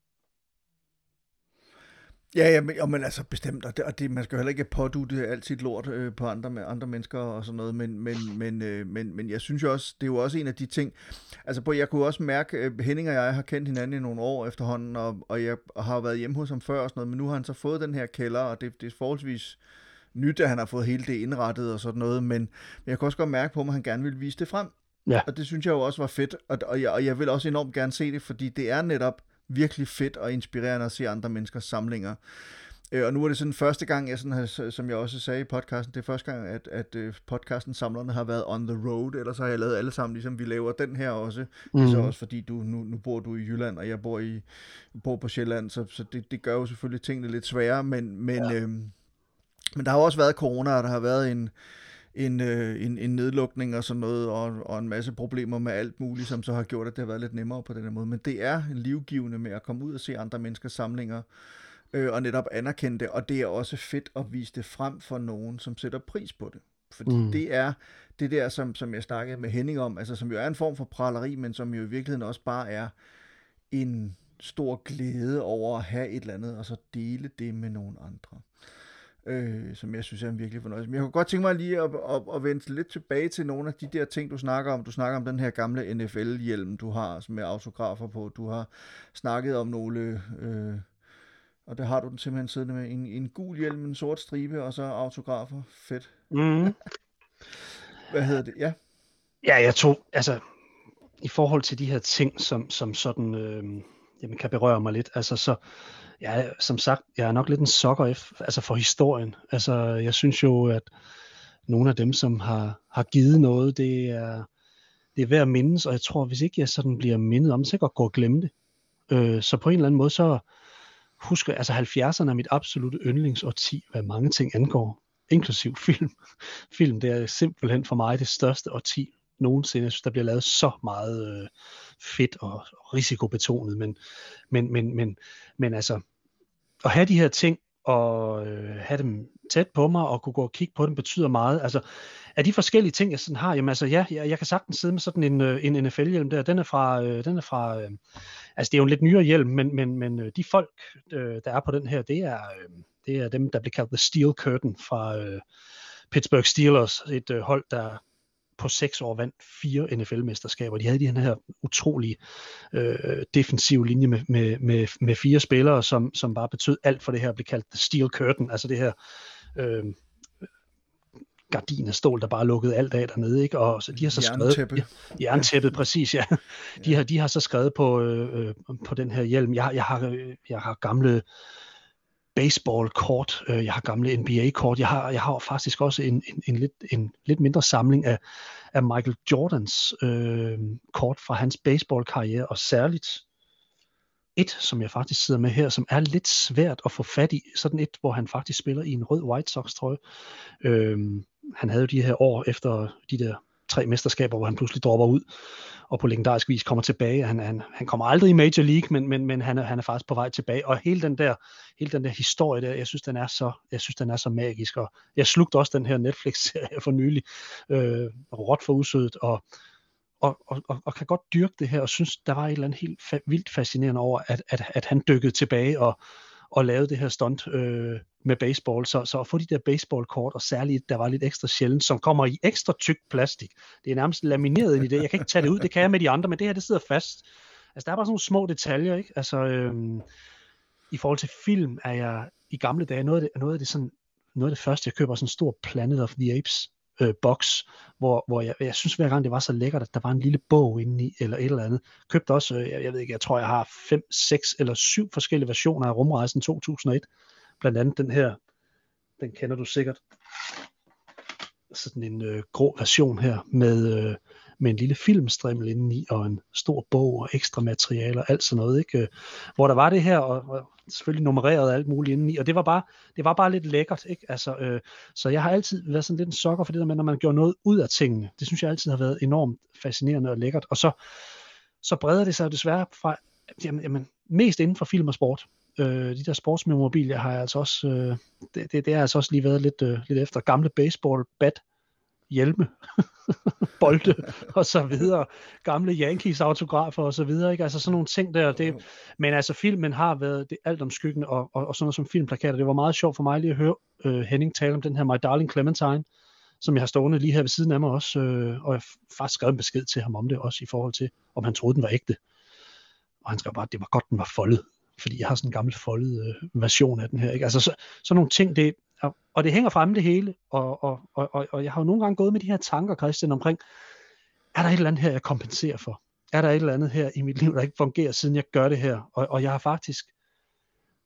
Ja, ja, men, men altså bestemt, og det, og det, man skal heller ikke pådutte alt sit lort øh, på andre, med andre mennesker og sådan noget, men, men, men, øh, men, men jeg synes jo også, det er jo også en af de ting, altså på, jeg kunne også mærke, øh, Henning og jeg har kendt hinanden i nogle år efterhånden, og, og jeg har været hjemme hos ham før og sådan noget, men nu har han så fået den her kælder, og det, det er forholdsvis nyt, at han har fået hele det indrettet og sådan noget, men, men jeg kan også godt mærke på, at han gerne vil vise det frem, ja. Og det synes jeg jo også var fedt, og, og, jeg, og jeg vil også enormt gerne se det, fordi det er netop virkelig fedt og inspirerende at se andre menneskers samlinger. Øh, og nu er det sådan første gang, jeg sådan har, som jeg også sagde i podcasten, det er første gang, at, at øh, podcasten Samlerne har været on the road, ellers har jeg lavet alle sammen, ligesom vi laver den her også. Mm. Det er så også fordi, du, nu, nu bor du i Jylland, og jeg bor, i, bor på Sjælland, så, så det, det gør jo selvfølgelig tingene lidt sværere, men, men, ja. øhm, men der har jo også været corona, og der har været en, en, øh, en, en nedlukning og sådan noget, og, og en masse problemer med alt muligt, som så har gjort, at det har været lidt nemmere på den her måde. Men det er livgivende med at komme ud og se andre menneskers samlinger, og netop anerkende det, og det er også fedt at vise det frem for nogen, som sætter pris på det. Fordi mm. det er det der, som, som jeg snakkede med Henning om, altså som jo er en form for praleri, men som jo i virkeligheden også bare er en stor glæde over at have et eller andet, og så dele det med nogen andre. Øh, som jeg synes er en virkelig fornøjelse. Men jeg kunne godt tænke mig lige at, at, at vende lidt tilbage til nogle af de der ting, du snakker om. Du snakker om den her gamle N F L-hjelm, du har med autografer på. Du har snakket om nogle... Øh, og der har du den simpelthen siddende med en, en gul hjelm, en sort stribe, og så autografer. Fedt. Mm. Hvad hedder det? Ja. Ja, jeg tog, altså, i forhold til de her ting, som, som sådan, øh, jamen, kan berøre mig lidt, altså så, ja, som sagt, jeg er nok lidt en sokker altså for historien. Altså, jeg synes jo, at nogle af dem, som har, har givet noget, det er, det er værd at mindes, og jeg tror, hvis ikke jeg sådan bliver mindet om det, så kan jeg godt gå og glemme det. Øh, så på en eller anden måde, så husker, altså halvfjerdserne er mit absolutte yndlingsårti, hvad mange ting angår, inklusiv film. Film, det er simpelthen for mig det største årti nogensinde. Jeg synes, der bliver lavet så meget øh, fedt og, og risikobetonet, men, men, men, men, men altså, at have de her ting, og øh, have dem tæt på mig, og kunne gå og kigge på dem, betyder meget. Altså, af de forskellige ting, jeg sådan har, jamen altså, ja, jeg, jeg kan sagtens sidde med sådan en, en N F L-hjelm der, den er fra, øh, den er fra øh, altså det er jo en lidt nyere hjelm, men, men, men de folk, øh, der er på den her, det er, øh, det er dem, der bliver kaldt The Steel Curtain fra øh, Pittsburgh Steelers, et øh, hold, der på seks år vandt fire N F L-mesterskaber. De havde de her utrolige øh, defensive linje med, med, med, med fire spillere, som, som bare betød alt for det her at blive kaldt The Steel Curtain, altså det her øh, gardin af stål, der bare lukkede alt af dernede, ikke? Og så de har så skrevet ja, jerntæppet, præcis, ja. De har de har så skrevet på øh, på den her hjelm. Jeg jeg har jeg har gamle baseballkort, øh, jeg har gamle N B A-kort. Jeg har jeg har faktisk også en en, en lidt en lidt mindre samling af af Michael Jordans øh, kort fra hans baseballkarriere, og særligt et, som jeg faktisk sidder med her, som er lidt svært at få fat i, sådan et, hvor han faktisk spiller i en rød White Sox trøje. Øh, han havde jo de her år efter de der tre mesterskaber, hvor han pludselig dropper ud, og på legendarisk vis kommer tilbage. Han, han, han kommer aldrig i Major League, men, men, men han, er, han er faktisk på vej tilbage. Og hele den der, hele den der historie der, jeg synes, den er så, jeg synes, den er så magisk. Og jeg slugte også den her Netflix-serie for nylig, øh, råt for usødet, og Og, og, og kan godt dyrke det her, og synes, der var et eller andet helt fa- vildt fascinerende over, at, at, at han dykkede tilbage og, og lavede det her stunt øh, med baseball. Så, så at få de der baseballkort, og særligt, der var lidt ekstra sjældent, som kommer i ekstra tyk plastik. Det er nærmest lamineret i det. Jeg kan ikke tage det ud, det kan jeg med de andre, men det her, det sidder fast. Altså, der er bare sådan nogle små detaljer, ikke? Altså, øh, i forhold til film, er jeg i gamle dage, noget af det, noget af det, sådan, noget af det første, jeg køber, sådan en stor Planet of the Apes Øh, boks, hvor, hvor jeg, jeg synes hver gang det var så lækkert, at der var en lille bog inde i, eller et eller andet. Købte også, øh, jeg, jeg ved ikke, jeg tror jeg har fem, seks eller syv forskellige versioner af Rumrejsen to tusind og et. Blandt andet den her, den kender du sikkert. Sådan en øh, grå version her, med, øh, med en lille filmstrimmel indeni, og en stor bog, og ekstra materialer, og alt sådan noget, ikke? Hvor der var det her, og, og selvfølgelig nummereret og alt muligt indeni, og det var bare, det var bare lidt lækkert, ikke? Altså, øh, så jeg har altid været sådan lidt en sokker for det der med, når man gjorde noget ud af tingene. Det synes jeg altid har været enormt fascinerende og lækkert, og så, så breder det sig desværre fra, jamen, jamen, mest inden for film og sport. Øh, de der sportsmemorabilia har jeg altså også, øh, det, det, det har altså også lige været lidt, øh, lidt efter. Gamle baseball, bat, hjelme, bolde og så videre, gamle Yankees autografer og så videre, ikke? Altså sådan nogle ting der, det, men altså filmen har været det alt omskyggende, og, og, og sådan noget som filmplakater. Det var meget sjovt for mig lige at høre øh, Henning tale om den her My Darling Clementine, som jeg har stående lige her ved siden af mig også, øh, og jeg har faktisk skrevet en besked til ham om det også, i forhold til, om han troede den var ægte, og han skrev bare, at det var godt, den var foldet, fordi jeg har sådan en gammel foldet øh, version af den her, ikke? Altså så, sådan nogle ting, det og det hænger fremme det hele, og, og, og, og jeg har jo nogle gange gået med de her tanker, Christian, omkring, er der et eller andet her, jeg kompenserer for? Er der et eller andet her i mit liv, der ikke fungerer, siden jeg gør det her? Og, og jeg har faktisk,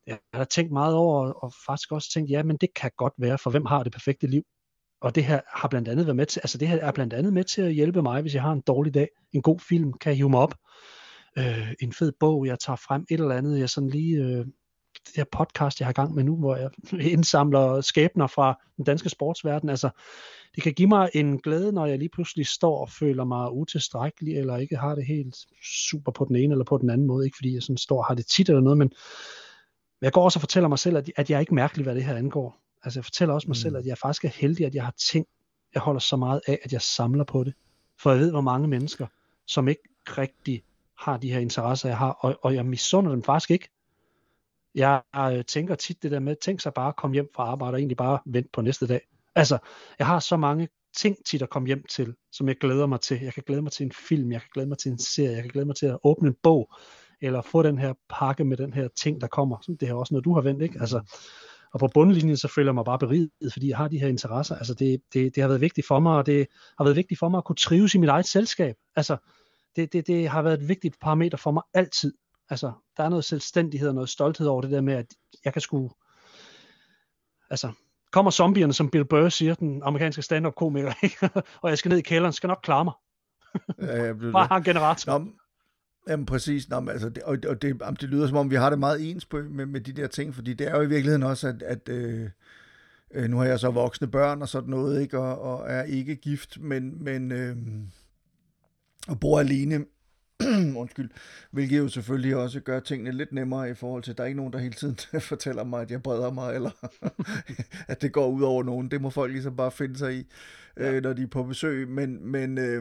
jeg har tænkt meget over, og faktisk også tænkt, ja, men det kan godt være, for hvem har det perfekte liv? Og det her har blandt andet været med til, altså det her er blandt andet med til at hjælpe mig, hvis jeg har en dårlig dag. En god film kan hive mig op. Øh, en fed bog, jeg tager frem, et eller andet, jeg sådan lige, øh, det her podcast, jeg har i gang med nu, hvor jeg indsamler skæbner fra den danske sportsverden, altså det kan give mig en glæde, når jeg lige pludselig står og føler mig utilstrækkelig, eller ikke har det helt super på den ene eller på den anden måde, ikke fordi jeg sådan står og har det tit eller noget, men jeg går også og fortæller mig selv, at, at jeg er ikke mærkelig, hvad det her angår. Altså jeg fortæller også mig mm. selv, at jeg faktisk er heldig, at jeg har ting, jeg holder så meget af, at jeg samler på det. For jeg ved, hvor mange mennesker, som ikke rigtig har de her interesser, jeg har, og, og jeg misunder dem faktisk ikke. Jeg øh, tænker tit det der med, tænk sig bare at komme hjem fra arbejde, og egentlig bare vente på næste dag. Altså, jeg har så mange ting tit at komme hjem til, som jeg glæder mig til. Jeg kan glæde mig til en film, jeg kan glæde mig til en serie, jeg kan glæde mig til at åbne en bog, eller få den her pakke med den her ting, der kommer. Så det er også noget, du har vendt, ikke? Altså, og på bundlinjen, så føler jeg mig bare beriget, fordi jeg har de her interesser. Altså, det, det, det har været vigtigt for mig, og det har været vigtigt for mig at kunne trives i mit eget selskab. Altså, det, det, det har været et vigtigt parameter for mig altid. Altså, der er noget selvstændighed og noget stolthed over det der med, at jeg kan sgu... Altså, kommer zombierne, som Bill Burr siger, den amerikanske stand-up-komiker, ikke? Og jeg skal ned i kælderen, skal nok klare mig. Ja, jeg blev bare har en generator. Nå, jamen præcis, Nå, altså, det, og, og det, det lyder som om, vi har det meget ens på, med, med de der ting, fordi det er jo i virkeligheden også, at, at øh, øh, nu har jeg så voksne børn og sådan noget, ikke, og, og er ikke gift, men, men øh, og bor alene, undskyld, hvilket jo selvfølgelig også gør tingene lidt nemmere i forhold til, at der er ikke nogen, der hele tiden fortæller mig, at jeg breder mig, eller at det går ud over nogen. Det må folk ligesom bare finde sig i, ja. øh, når de er på besøg. Men, men, øh,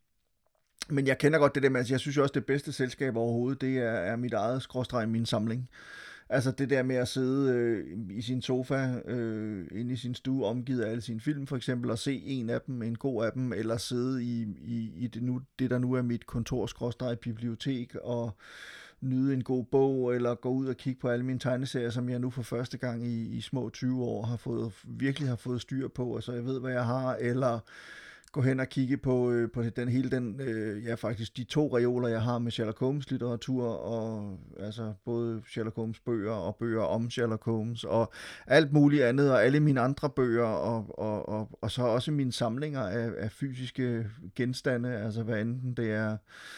men jeg kender godt det der med, altså jeg synes jo også, det bedste selskab overhovedet, det er, er mit eget skråstreg, min samling. Altså det der med at sidde øh, i sin sofa, øh, inde i sin stue, omgivet af alle sine film for eksempel, og se en af dem, en god af dem, eller sidde i, i, i det, nu, det, der nu er mit kontor-bibliotek, og nyde en god bog, eller gå ud og kigge på alle mine tegneserier, som jeg nu for første gang i, i små tyve år har fået, virkelig har fået styr på, altså jeg ved, hvad jeg har, eller gå hen og kigge på, øh, på den hele den, øh, ja faktisk de to reoler, jeg har med Sherlock Holmes litteratur, og altså både Sherlock Holmes bøger, og bøger om Sherlock Holmes, og alt muligt andet, og alle mine andre bøger, og, og, og, og så også mine samlinger af, af fysiske genstande, altså hvad enten det er,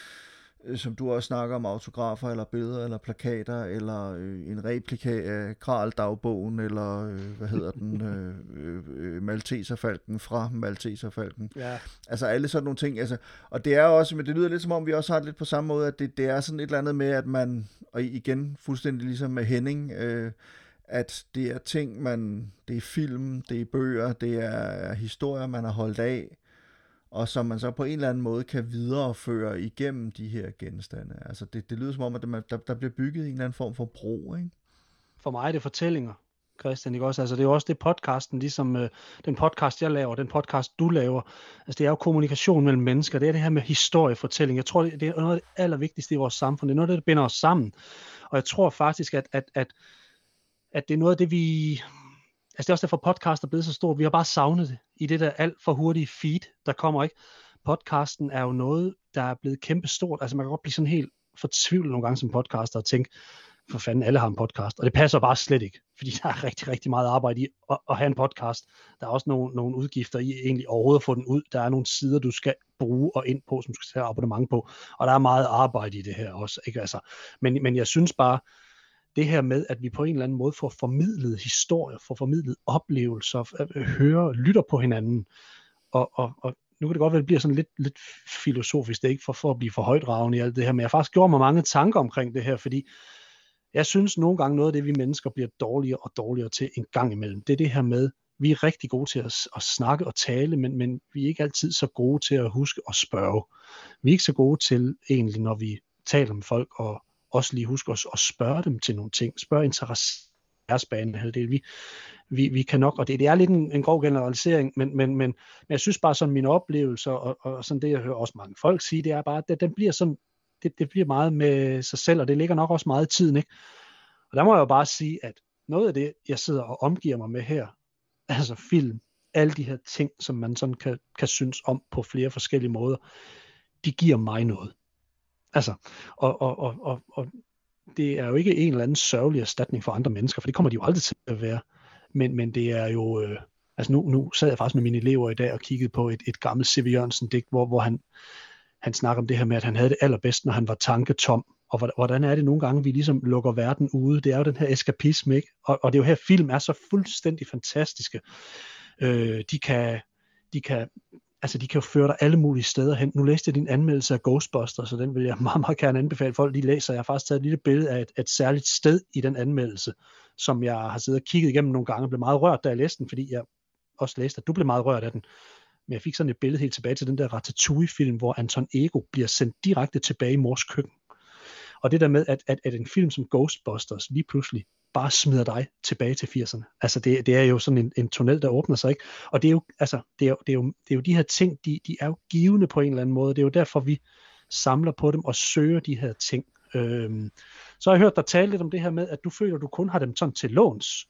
som du også snakker om, autografer, eller billeder, eller plakater, eller øh, en replika af Kral-dagbogen, eller øh, hvad hedder den, øh, øh, Malteserfalken fra Malteserfalken. Ja. Altså alle sådan nogle ting. Altså, og det er også, men det lyder lidt som om, vi også har det lidt på samme måde, at det, det er sådan et eller andet med, at man, og igen fuldstændig ligesom med Henning, øh, at det er ting, man, det er film, det er bøger, det er historier, man har holdt af, og som man så på en eller anden måde kan videreføre igennem de her genstande. Altså det, det lyder som om, at der, der bliver bygget en eller anden form for bro, ikke? For mig er det fortællinger, Christian, ikke også? Altså det er jo også det podcasten, ligesom øh, den podcast, jeg laver, den podcast, du laver. Altså det er jo kommunikation mellem mennesker, det er det her med historiefortælling. Jeg tror, det, det er noget af det allervigtigste i vores samfund. Det er noget af det, der binder os sammen. Og jeg tror faktisk, at, at, at, at det er noget af det, vi... Altså det er også derfor podcast er blevet så stor. Vi har bare savnet det i det der alt for hurtige feed, der kommer, ikke. Podcasten er jo noget, der er blevet kæmpe stort. Altså man kan godt blive sådan helt fortvivlet nogle gange som podcaster og tænke, for fanden, alle har en podcast. Og det passer bare slet ikke, fordi der er rigtig, rigtig meget arbejde i at, at have en podcast. Der er også nogle, nogle udgifter i egentlig overhovedet at få den ud. Der er nogle sider, du skal bruge og ind på, som du skal tage abonnement på. Og der er meget arbejde i det her også, ikke. Altså, men, men jeg synes bare, det her med, at vi på en eller anden måde får formidlet historier, får formidlet oplevelser, hører, lytter på hinanden, og, og, og nu kan det godt være, at det bliver sådan lidt, lidt filosofisk, det er ikke for, for at blive for højdragende i alt det her, men jeg har faktisk gjort mig mange tanker omkring det her, fordi jeg synes nogle gange noget af det, vi mennesker bliver dårligere og dårligere til en gang imellem, det er det her med, vi er rigtig gode til at, at snakke og tale, men, men vi er ikke altid så gode til at huske at spørge. Vi er ikke så gode til egentlig, når vi taler med folk, og også lige huske os at spørge dem til nogle ting, spørge interesseringsbanen halvdel. Vi, vi, vi kan nok, og det, det er lidt en, en grov generalisering, men, men, men, men jeg synes bare sådan mine oplevelser, og, og sådan det jeg hører også mange folk sige, det er bare, at den bliver sådan, det, det bliver meget med sig selv, og det ligger nok også meget i tiden, ikke? Og der må jeg jo bare sige, at noget af det, jeg sidder og omgiver mig med her, altså film, alle de her ting, som man sådan kan, kan synes om på flere forskellige måder, de giver mig noget. Altså, og, og, og, og, og det er jo ikke en eller anden sørgelig erstatning for andre mennesker, for det kommer de jo aldrig til at være. Men, men det er jo, øh, altså nu, nu sad jeg faktisk med mine elever i dag og kiggede på et, et gammelt C V Jørgensen-digt, hvor, hvor han, han snakker om det her med, at han havde det allerbedst, når han var tanketom. Og hvordan er det nogle gange, vi ligesom lukker verden ude? Det er jo den her eskapisme, ikke? Og, og det er jo her, film er så fuldstændig fantastiske. Øh, de kan, de kan, altså de kan jo føre dig alle mulige steder hen. Nu læste jeg din anmeldelse af Ghostbusters, så den vil jeg meget, meget gerne anbefale folk lige læser. Jeg har faktisk taget et lille billede af et, et særligt sted i den anmeldelse, som jeg har siddet og kigget igennem nogle gange og blev meget rørt, da jeg læste den, fordi jeg også læste, at du blev meget rørt af den. Men jeg fik sådan et billede helt tilbage til den der Ratatouille-film, hvor Anton Ego bliver sendt direkte tilbage i mors køkken. Og det der med, at, at, at en film som Ghostbusters lige pludselig bare smider dig tilbage til firserne. Altså det, det er jo sådan en, en tunnel, der åbner sig, ikke? Og det er jo, altså, det er jo, det er jo, det er jo de her ting, de, de er jo givende på en eller anden måde. Det er jo derfor, vi samler på dem og søger de her ting. Øhm, så har jeg hørt dig tale lidt om det her med, at du føler, at du kun har dem sådan til låns.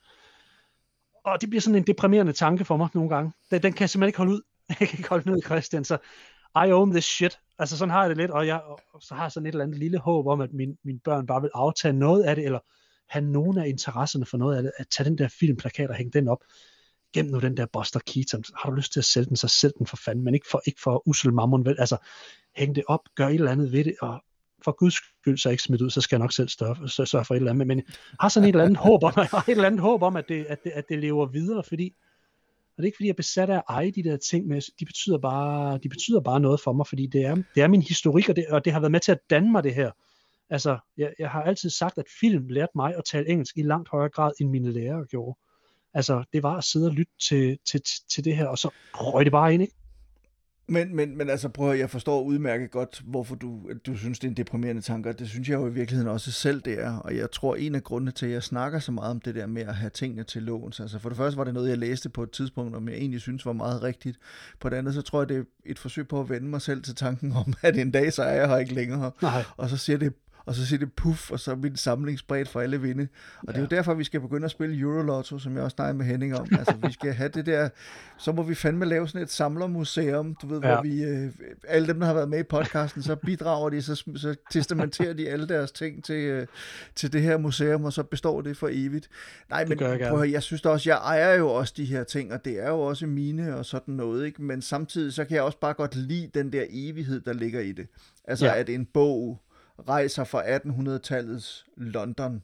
Og det bliver sådan en deprimerende tanke for mig nogle gange. Den, den kan jeg simpelthen ikke holde ud. Jeg kan ikke holde den ud, Christian, så I own this shit. Altså sådan har jeg det lidt, og, jeg, og så har jeg sådan et eller andet lille håb om, at min, mine børn bare vil aftage noget af det, eller have nogen af interesserne for noget af det, at tage den der filmplakat og hænge den op. Gem nu den der Buster Keaton. Har du lyst til at sælge den, så sælg den for fanden, men ikke for, ikke for usel mammon, vel? Altså, hæng det op, gør et eller andet ved det, og for guds skyld så ikke smidt ud, så skal jeg nok selv større, så sørge for et eller andet, men jeg har sådan et eller andet håb om, et eller andet håb om, at det, at det, at det lever videre, fordi og det er ikke fordi jeg er besat af at eje de der ting, men de betyder bare, de betyder bare noget for mig, fordi det er, det er min historik, og det, og det har været med til at danne mig det her. Altså, jeg, jeg har altid sagt, at film lærte mig at tale engelsk i langt højere grad, end mine lærere gjorde. Altså, det var at sidde og lytte til, til, til det her, og så røg det bare ind, ikke? Men, men, men altså prøv at jeg forstår udmærket godt, hvorfor du, du synes, det er en deprimerende tanke, og det synes jeg jo i virkeligheden også selv, det er. Og jeg tror, en af grundene til, at jeg snakker så meget om det der med at have tingene til låns. Altså for det første var det noget, jeg læste på et tidspunkt, om jeg egentlig synes var meget rigtigt. På det andet, så tror jeg, det er et forsøg på at vende mig selv til tanken om, at en dag, så er jeg her ikke længere. Nej. Og så siger det og så siger det puff, og så er min samling spredt for alle vinde. Og ja. Det er jo derfor, vi skal begynde at spille Eurolotto, som jeg også snakker med Henning om. Altså, vi skal have det der, så må vi fandme lave sådan et samlermuseum, du ved, ja. Hvor vi, øh, alle dem, der har været med i podcasten, så bidrager de, så, så testamenterer de alle deres ting til, øh, til det her museum, og så består det for evigt. Nej, men jeg, prøv, jeg synes da også, jeg ejer jo også de her ting, og det er jo også mine og sådan noget, ikke? Men samtidig, så kan jeg også bare godt lide den der evighed, der ligger i det. Altså, ja. At en bog rejser fra attenhundredetallets London,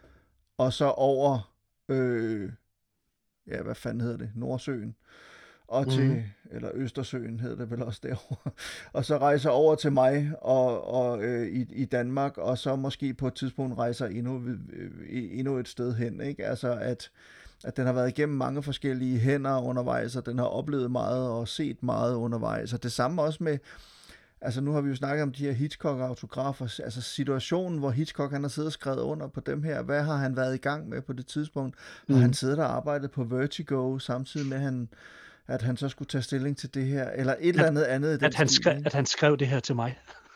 og så over, øh, ja, hvad fanden hedder det, Nordsøen, og til, mm. eller Østersøen hedder det vel også derovre, og så rejser over til mig, og, og øh, i, i Danmark, og så måske på et tidspunkt rejser endnu, øh, endnu et sted hen, ikke? Altså, at, at den har været igennem mange forskellige hænder undervejs, og den har oplevet meget, og set meget undervejs, og det samme også med. Altså nu har vi jo snakket om de her Hitchcock-autografer, altså situationen, hvor Hitchcock han har siddet og skrevet under på dem her, hvad har han været i gang med på det tidspunkt? Har mm. han siddet og arbejdet på Vertigo, samtidig med, han, at han så skulle tage stilling til det her, eller et at, eller andet andet? At han, skrev, at han skrev det her til mig.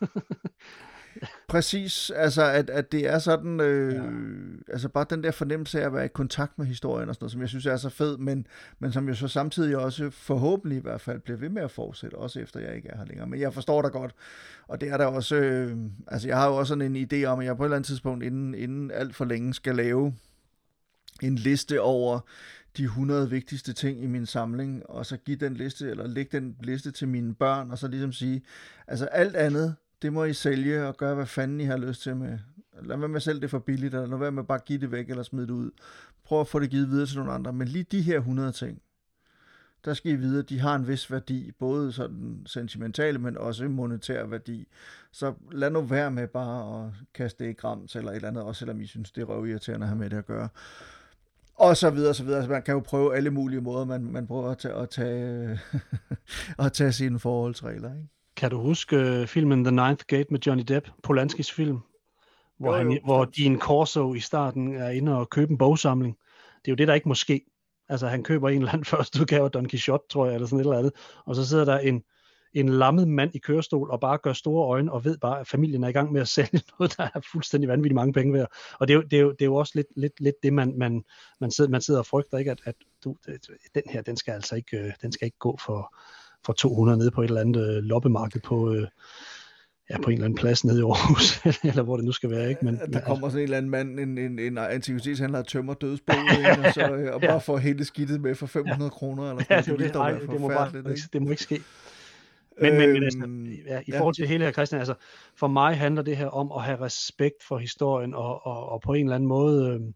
Præcis, altså at, at det er sådan, øh, ja. Altså bare den der fornemmelse af at være i kontakt med historien og sådan noget, som jeg synes er så fed, men, men som jo så samtidig også forhåbentlig i hvert fald bliver ved med at fortsætte, også efter jeg ikke er her længere. Men jeg forstår dig godt, og det er der også, øh, altså jeg har jo også sådan en idé om, at jeg på et eller andet tidspunkt, inden, inden alt for længe, skal lave en liste over de hundrede vigtigste ting i min samling, og så give den liste, eller lægge den liste til mine børn, og så ligesom sige, altså alt andet, det må I sælge og gøre, hvad fanden I har lyst til med. Lad være med at sælge det for billigt, eller lad være med at bare give det væk, eller smide det ud. Prøv at få det givet videre til nogle andre. Men lige de her hundrede ting, der skal I vide, at de har en vis værdi, både sådan sentimentale, men også monetær værdi. Så lad nu være med bare at kaste det i grams, eller et eller andet, også selvom I synes, det er røvirriterende at have med det at gøre. Og så videre, så videre. Altså, man kan jo prøve alle mulige måder, man, man prøver at tage, at tage, at tage sine forholdsregler, ikke? Kan du huske uh, filmen The Ninth Gate med Johnny Depp, Polanskis film, hvor, jo, jo, han, hvor Dean Corso i starten er inde og køber en bogsamling? Det er jo det, der ikke må ske. Altså, han køber en eller anden første udgave af Don Quixote, tror jeg, eller sådan et eller andet, og så sidder der en, en lammet mand i kørestol og bare gør store øjne og ved bare, at familien er i gang med at sælge noget, der er fuldstændig vanvittigt mange penge værd. Og det er jo, det er jo, det er jo også lidt, lidt, lidt det, man, man, man, sidder, man sidder og frygter, ikke? At, at du, den her, den skal altså ikke, den skal ikke gå for... for to hundrede nede på et eller andet øh, loppemarked på, øh, ja, på en eller anden plads nede i Aarhus, eller hvor det nu skal være, ikke? Men, der men, kommer sådan en eller anden mand, en, en, en antikvitetshandler, der tømmer dødsboet, ikke? Og, så, og ja. bare får hele skidtet med for fem hundrede kroner, eller sådan Ja, noget. det, Det ville det, dog ej, være det må bare, forfærdeligt, ikke? det må ikke ske. Men, men, men altså, ja, i forhold til ja. det hele her, Christian, altså, for mig handler det her om at have respekt for historien, og, og, og på en eller anden måde, øh,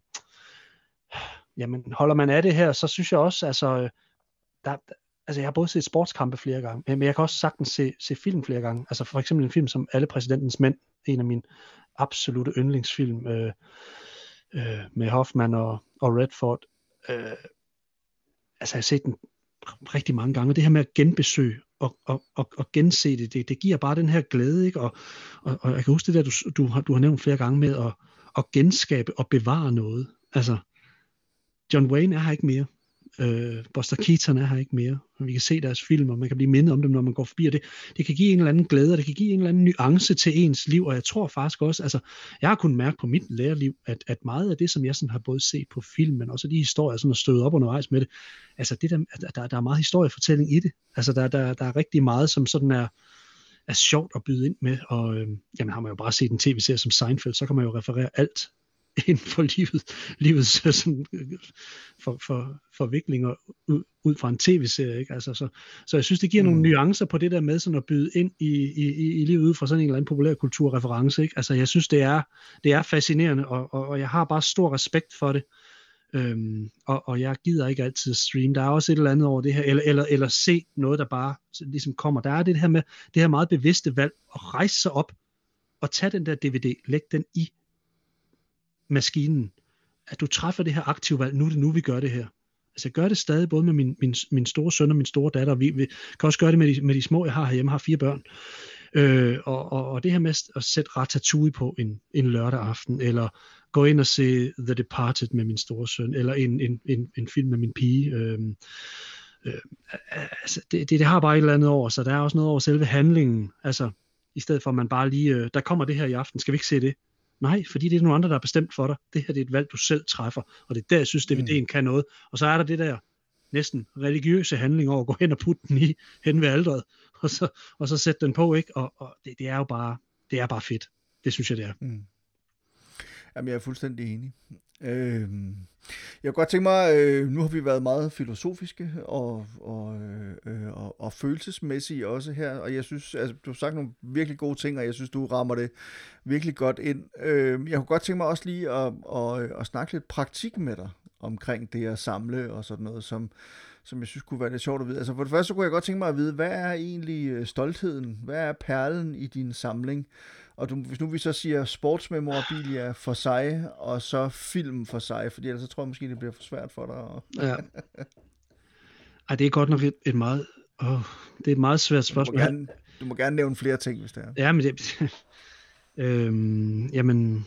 jamen, holder man af det her, så synes jeg også, altså, der, altså jeg har både set sportskampe flere gange, men jeg kan også sagtens se, se film flere gange. Altså for eksempel en film som Alle præsidentens mænd, en af mine absolute yndlingsfilm, øh, øh, med Hoffman og, og Redford. Øh, altså jeg har set den rigtig mange gange, og det her med at genbesøge og, og, og, og gense det, det, det giver bare den her glæde, ikke? Og, og, og jeg kan huske det der, du, du, har, du har nævnt flere gange med at, at genskabe og bevare noget. Altså, John Wayne er her ikke mere. Øh, Buster Keaton er her ikke mere. Vi kan se deres film, og man kan blive mindet om dem, når man går forbi, og det, det kan give en eller anden glæde, og det kan give en eller anden nuance til ens liv, og jeg tror faktisk også, altså, jeg har kunnet mærke på mit lærerliv, at, at meget af det, som jeg sådan har både set på film, men også de historier, sådan har stødt op undervejs med det, altså det der, der, der er meget historiefortælling i det, altså der, der, der er rigtig meget, som sådan er, er sjovt at byde ind med, og øh, jamen har man jo bare set en tv-serie som Seinfeld, så kan man jo referere alt inden for livet, livets sådan, for, for, forviklinger ud, ud fra en tv-serie, ikke? Altså, så, så jeg synes, det giver mm. nogle nuancer på det der med sådan at byde ind i, i, i livet ud fra sådan en eller anden populær kulturreference, ikke? Altså jeg synes, det er, det er fascinerende, og, og, og jeg har bare stor respekt for det, øhm, og, og jeg gider ikke altid streame. Der er også et eller andet over det her, eller, eller, eller se noget, der bare ligesom kommer. Der er det her med, det her meget bevidste valg, at rejse sig op, og tage den der D V D, lægge den i maskinen, at du træffer det her aktive valg, nu er det nu, vi gør det her. Altså jeg gør det stadig både med min, min, min store søn og min store datter, vi, vi kan også gøre det med de, med de små, jeg har herhjemme, jeg har fire børn, øh, og, og, og det her med at sætte Ratatouille på en, en lørdag aften, eller gå ind og se The Departed med min store søn, eller en, en, en, en film med min pige, øh, øh, altså det, det, det har bare et eller andet over, så der er også noget over selve handlingen, altså i stedet for at man bare lige, øh, der kommer det her i aften, skal vi ikke se det? Nej, fordi det er nogle andre, der er bestemt for dig. Det her det er et valg, du selv træffer, og det er der, jeg synes, D V D'en mm. kan noget. Og så er der det der næsten religiøse handling over at gå hen og putte den i hen ved alderet, og så, og så sætte den på, ikke? Og, og det, det er jo bare, det er bare fedt. Det synes jeg, det er. Mm. Jamen, jeg er fuldstændig enig. Øh, jeg kunne godt tænke mig, øh, nu har vi været meget filosofiske og, og, øh, og, og følelsesmæssige også her, og jeg synes, altså, du har sagt nogle virkelig gode ting, og jeg synes, du rammer det virkelig godt ind. Øh, jeg kunne godt tænke mig også lige at, at, at snakke lidt praktik med dig omkring det at samle og sådan noget, som, som jeg synes kunne være lidt sjovt at vide. Altså for det første, så kunne jeg godt tænke mig at vide, hvad er egentlig stoltheden? Hvad er perlen i din samling? Og du, hvis nu vi så siger sportsmemorabilia for sig, og så film for sig, fordi ellers så tror jeg måske, det bliver for svært for dig. Ja. Ej, det er godt nok et, et meget, åh, det er et meget svært spørgsmål. Du må gerne, du må gerne nævne flere ting, hvis det er. Ja, men det, øhm, jamen,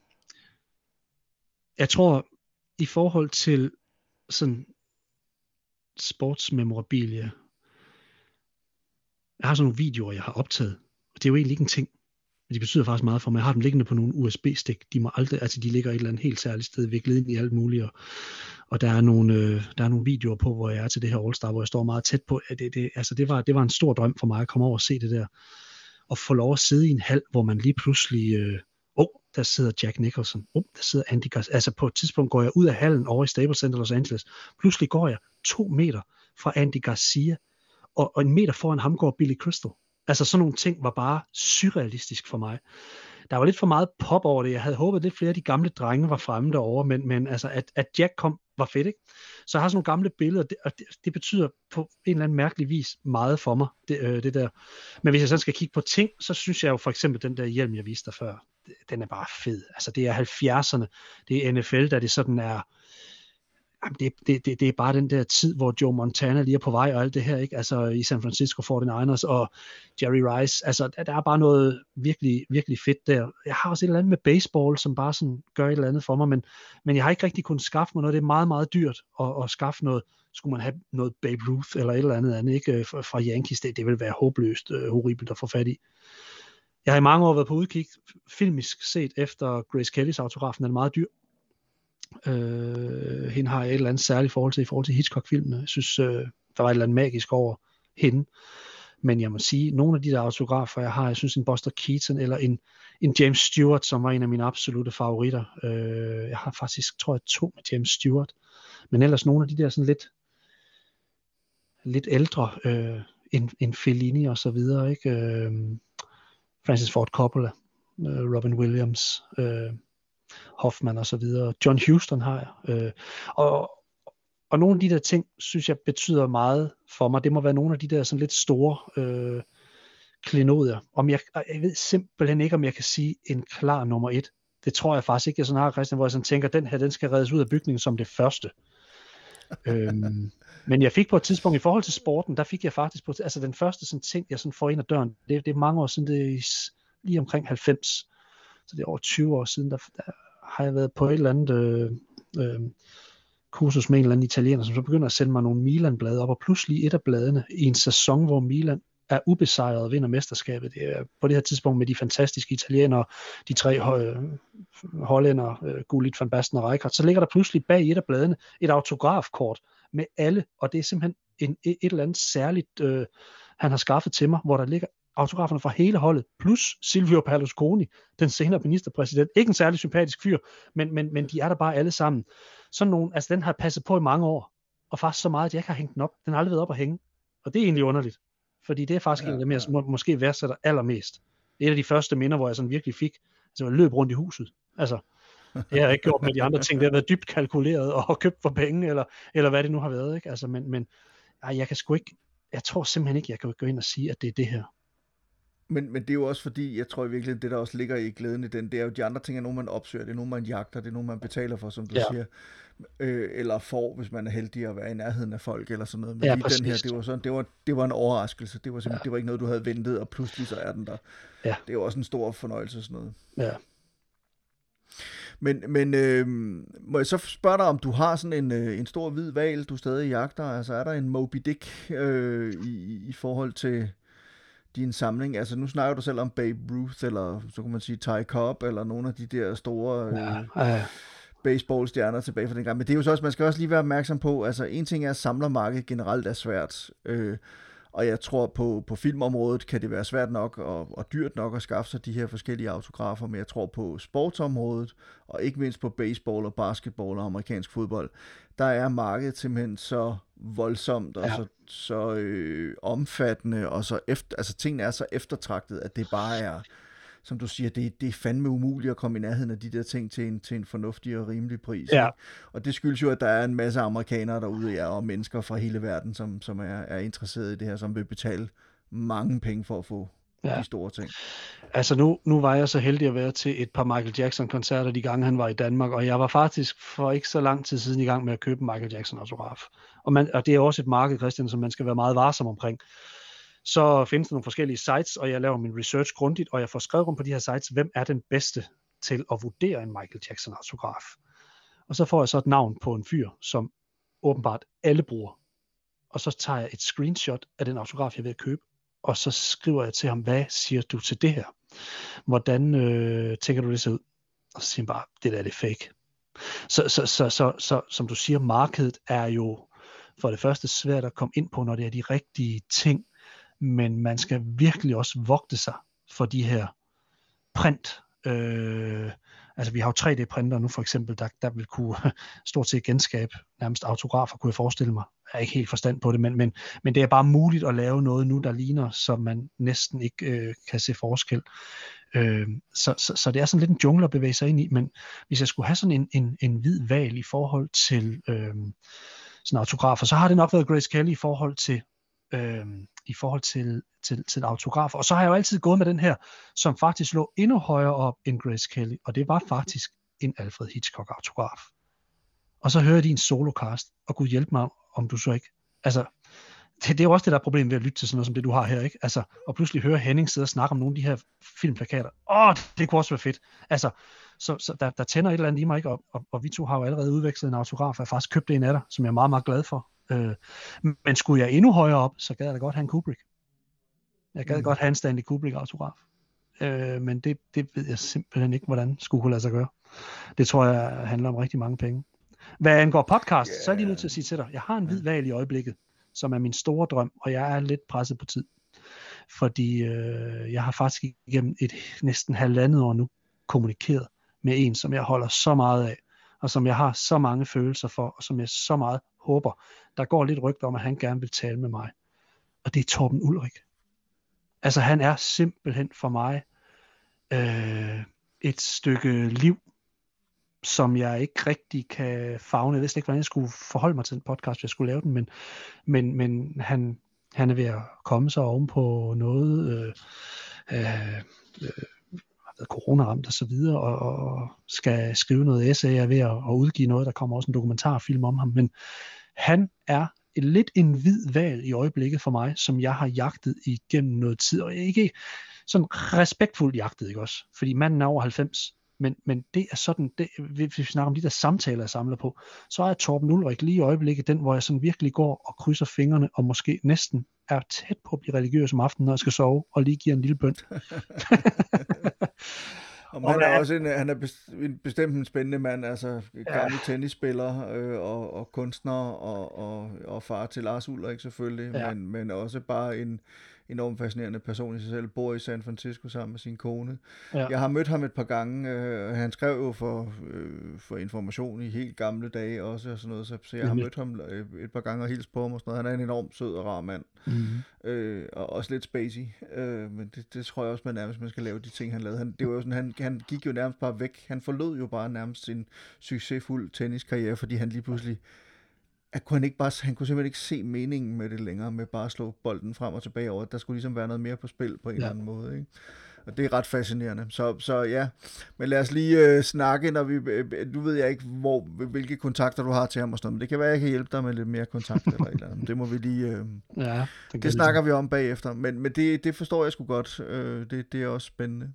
jeg tror, i forhold til sådan sportsmemorabilia, jeg har sådan nogle videoer, jeg har optaget, og det er jo egentlig ikke en ting. De betyder faktisk meget for mig. Jeg har dem liggende på nogle U S B-stik. De må aldrig, altså de ligger et eller andet helt særligt sted, viklet ind i alt muligt. Og, og der er nogle, øh, der er nogle videoer på, hvor jeg er til det her All-Star, hvor jeg står meget tæt på. Det, det, altså det var, det var en stor drøm for mig at komme over og se det der. Og få lov at sidde i en hal, hvor man lige pludselig, åh, øh, oh, der sidder Jack Nicholson. Åh, oh, der sidder Andy Garcia. Altså på et tidspunkt går jeg ud af hallen over i Staples Center Los Angeles. Pludselig går jeg to meter fra Andy Garcia, og, og en meter foran ham går Billy Crystal. Altså sådan nogle ting var bare surrealistisk for mig. Der var lidt for meget pop over det. Jeg havde håbet, at lidt flere af de gamle drenge var fremme derovre, men, men altså, at, at Jack kom, var fedt, ikke? Så jeg har sådan nogle gamle billeder, det, og det, det betyder på en eller anden mærkelig vis meget for mig, det, øh, det der. Men hvis jeg sådan skal kigge på ting, så synes jeg jo for eksempel den der hjelm, jeg viste dig før, den er bare fed. Altså det er halvfjerdserne, det er N F L, der det sådan er, Det, det, det, det er bare den der tid, hvor Joe Montana lige er på vej og alt det her, ikke? Altså i San Francisco forty-niners og Jerry Rice, altså der er bare noget virkelig, virkelig fedt der. Jeg har også et eller andet med baseball, som bare sådan gør et eller andet for mig, men, men jeg har ikke rigtig kunnet skaffe mig noget. Det er meget, meget dyrt at, at skaffe noget. Skulle man have noget Babe Ruth eller et eller andet andet, ikke? Fra Yankees, det, det vil være håbløst, uh, horribelt at få fat i. Jeg har i mange år været på udkig, filmisk set efter Grace Kellys autografen, den er meget dyr. Øh, hende har jeg et eller andet særligt forhold til i forhold til Hitchcock-filmene. Jeg synes, øh, der var et eller andet magisk over hende. Men jeg må sige, nogle af de der autografer, jeg har, jeg synes en Buster Keaton eller en, en James Stewart, som var en af mine absolutte favoritter. Øh, jeg har faktisk, tror jeg, to med James Stewart. Men ellers nogle af de der sådan lidt, lidt ældre, øh, en, en Fellini og så videre, ikke? Øh, Francis Ford Coppola, øh, Robin Williams, øh, Hoffman og så videre. John Huston har jeg. Øh, og, og nogle af de der ting, synes jeg betyder meget for mig. Det må være nogle af de der sådan lidt store øh, klenodier. Om jeg, jeg ved simpelthen ikke, om jeg kan sige en klar nummer et. Det tror jeg faktisk ikke, jeg sådan har, Christian, hvor jeg sådan tænker, den her, den skal reddes ud af bygningen som det første. øhm, men jeg fik på et tidspunkt, i forhold til sporten, der fik jeg faktisk på, altså den første sådan ting, jeg sådan får ind ad døren, det, det er mange år siden, det er lige omkring halvfems, så det er over tyve år siden, der, der har jeg været på et eller andet øh, øh, kursus med en eller anden italiener, som så begynder at sende mig nogle Milan-blade op, og pludselig et af bladene i en sæson, hvor Milan er ubesejret og vinder mesterskabet. Det er på det her tidspunkt med de fantastiske italienere, de tre øh, hollændere, øh, Gullit, Van Basten og Rijkaard, så ligger der pludselig bag i et af bladene et autografkort med alle, og det er simpelthen en, et eller andet særligt, øh, han har skaffet til mig, hvor der ligger autograferne fra hele holdet, plus Silvio Berlusconi, den senere ministerpræsident. Ikke en særlig sympatisk fyr, men, men, men de er der bare alle sammen. Sådan nogle, altså den har passet på i mange år, og faktisk så meget, at jeg ikke har hængt den op. Den har aldrig været op at hænge, og det er egentlig underligt. Fordi det er faktisk ja, en af dem, jeg må, måske værdsætter allermest. Det er et af de første minder, hvor jeg sådan virkelig fik, altså jeg løb rundt i huset. Altså, det har jeg ikke gjort med de andre ting. Det har været dybt kalkuleret og købt for penge, eller, eller hvad det nu har været. Ikke? Altså, men men ej, jeg kan sgu ikke, jeg tror simpelthen ikke, jeg kan gå ind og sige, at det er det her. Men, men det er jo også fordi, jeg tror i virkeligheden, det der også ligger i glæden i den, det er jo de andre ting, er nogen man opsøger, det er nogen man jagter, det er nogen man betaler for, som du ja. siger, øh, eller får, hvis man er heldig at være i nærheden af folk, eller sådan noget. Men ja, lige den her, det var, sådan, det, var, det var en overraskelse, det var simpelthen, ja. det var ikke noget, du havde ventet, og pludselig så er den der. Ja. Det er jo også en stor fornøjelse, sådan noget. Ja. Men, men øh, må jeg så spørge dig, om du har sådan en, øh, en stor hvid hval, du stadig jagter, altså er der en Moby Dick øh, i, i forhold til din samling? Altså nu snakker du selv om Babe Ruth, eller så kan man sige Ty Cobb, eller nogle af de der store øh, ja, ja. baseballstjerner tilbage fra den gang. Men det er jo så også, man skal også lige være opmærksom på, altså en ting er, at samlermarkedet generelt er svært, øh, og jeg tror på, på filmområdet kan det være svært nok og, og dyrt nok at skaffe sig de her forskellige autografer, men jeg tror på sportsområdet, og ikke mindst på baseball og basketball og amerikansk fodbold, der er markedet simpelthen så voldsomt og ja. så, så øh, omfattende, og så efter, altså tingene er så eftertragtet, at det bare er, som du siger, det, det er fandme umuligt at komme i nærheden af de der ting til en, til en fornuftig og rimelig pris. Ja. Og det skyldes jo, at der er en masse amerikanere derude, ja, og mennesker fra hele verden, som, som er, er interesseret i det her, som vil betale mange penge for at få ja. de store ting. Altså nu, nu var jeg så heldig at være til et par Michael Jackson-koncerter de gange, han var i Danmark, og jeg var faktisk for ikke så lang tid siden i gang med at købe Michael Jackson-autograf. Og, man, og det er også et marked, Christian, som man skal være meget varsom omkring. Så findes der nogle forskellige sites, og jeg laver min research grundigt, og jeg får skrevet rundt på de her sites, hvem er den bedste til at vurdere en Michael Jackson-autograf. Og så får jeg så et navn på en fyr, som åbenbart alle bruger. Og så tager jeg et screenshot af den autograf, jeg vil købe, og så skriver jeg til ham, hvad siger du til det her? Hvordan øh, tænker du det ser ud? Og så siger han bare, det der er det fake. Så, så, så, så, så som du siger, markedet er jo for det første svært at komme ind på, når det er de rigtige ting, men man skal virkelig også vogte sig for de her print. Øh, altså vi har jo tre D-printer nu for eksempel, der, der vil kunne stort set genskabe nærmest autografer, kunne jeg forestille mig. Jeg er ikke helt forstand på det, men, men, men det er bare muligt at lave noget nu, der ligner, så man næsten ikke øh, kan se forskel. Øh, så, så, så det er sådan lidt en jungle at bevæge sig ind i, men hvis jeg skulle have sådan en, en, en hvid hval i forhold til øh, sådan autografer, så har det nok været Grace Kelly i forhold til øh, i forhold til, til, til autografer. Og så har jeg jo altid gået med den her, som faktisk lå endnu højere op end Grace Kelly, og det var faktisk en Alfred Hitchcock autograf. Og så hører de en solocast, og Gud hjælpe mig, om du så ikke, altså, det, det er jo også det der problem ved at lytte til sådan noget som det du har her, ikke? Altså, og pludselig høre Henning sidde og snakke om nogle af de her filmplakater. Åh, det kunne også være fedt. Altså, så, så der, der tænder et eller andet i mig, ikke? Og, og, og vi to har jo allerede udvekslet en autograf, og jeg har faktisk købt en af dig, som jeg er meget, meget glad for. Øh, men skulle jeg endnu højere op, så gad jeg da godt have en Kubrick. Jeg gad mm. godt have en Stanley Kubrick-autograf. Øh, men det, det ved jeg simpelthen ikke, hvordan skulle kunne lade sig gøre. Det tror jeg handler om rigtig mange penge. Hvad angår podcast, yeah. så er jeg lige nødt til at sige til dig, jeg har en hvid hval i øjeblikket, som er min store drøm, og jeg er lidt presset på tid. fordi øh, jeg har faktisk igennem et næsten halvandet år nu kommunikeret med en, som jeg holder så meget af, og som jeg har så mange følelser for, og som jeg så meget håber. Der går lidt rygter om, at han gerne vil tale med mig. Og det er Torben Ulrik. Altså han er simpelthen for mig øh, et stykke liv, som jeg ikke rigtig kan favne. Jeg vidste ikke, hvordan jeg skulle forholde mig til den podcast, jeg skulle lave den, men, men, men han, han er ved at komme sig oven på noget øh, øh, øh, corona-ramt og så videre, og, og skal skrive noget essay, jeg er ved at, at udgive noget, der kommer også en dokumentarfilm om ham, men han er lidt en hvid hval i øjeblikket for mig, som jeg har jagtet igennem noget tid, og ikke sådan respektfuldt jagtet, ikke også? Fordi manden er over halvfems, men, men det er sådan, det, hvis vi snakker om de der samtaler, jeg samler på, så er Torben Ulrik lige i øjeblikket den, hvor jeg sådan virkelig går og krydser fingrene, og måske næsten er tæt på at blive religiøs om aftenen, når jeg skal sove, og lige giver en lille bøn. Og han er også en, han er bestemt en spændende mand, altså gammel ja. tennisspiller øh, og, og kunstner og, og, og far til Lars Ulrik selvfølgelig, ja. men, men også bare en enormt fascinerende person i sig selv, bor i San Francisco sammen med sin kone. Ja. Jeg har mødt ham et par gange, øh, han skrev jo for, øh, for Information i helt gamle dage også, og sådan noget, så, så jeg har mm-hmm. mødt ham et par gange og hilst på ham og sådan noget. Han er en enormt sød og rar mand, mm-hmm. øh, og også lidt spacey, øh, men det, det tror jeg også, man nærmest, man skal lave de ting, han lavede. Han, det var jo sådan, han, han gik jo nærmest bare væk, han forlod jo bare nærmest sin succesfuld tenniskarriere, fordi han lige pludselig at kunne han, ikke bare, han kunne simpelthen ikke se meningen med det længere, med bare at slå bolden frem og tilbage over. Der skulle ligesom være noget mere på spil på en ja. eller anden måde. Ikke? Og det er ret fascinerende. Så, så ja, men lad os lige øh, snakke, når vi, øh, nu ved jeg ikke, hvor, hvilke kontakter du har til ham og sådan noget, men det kan være, at jeg kan hjælpe dig med lidt mere kontakt eller et eller andet. Det må vi lige, øh, ja, det, det snakker vi om bagefter, men, men det, det forstår jeg sgu godt. Øh, det, det er også spændende.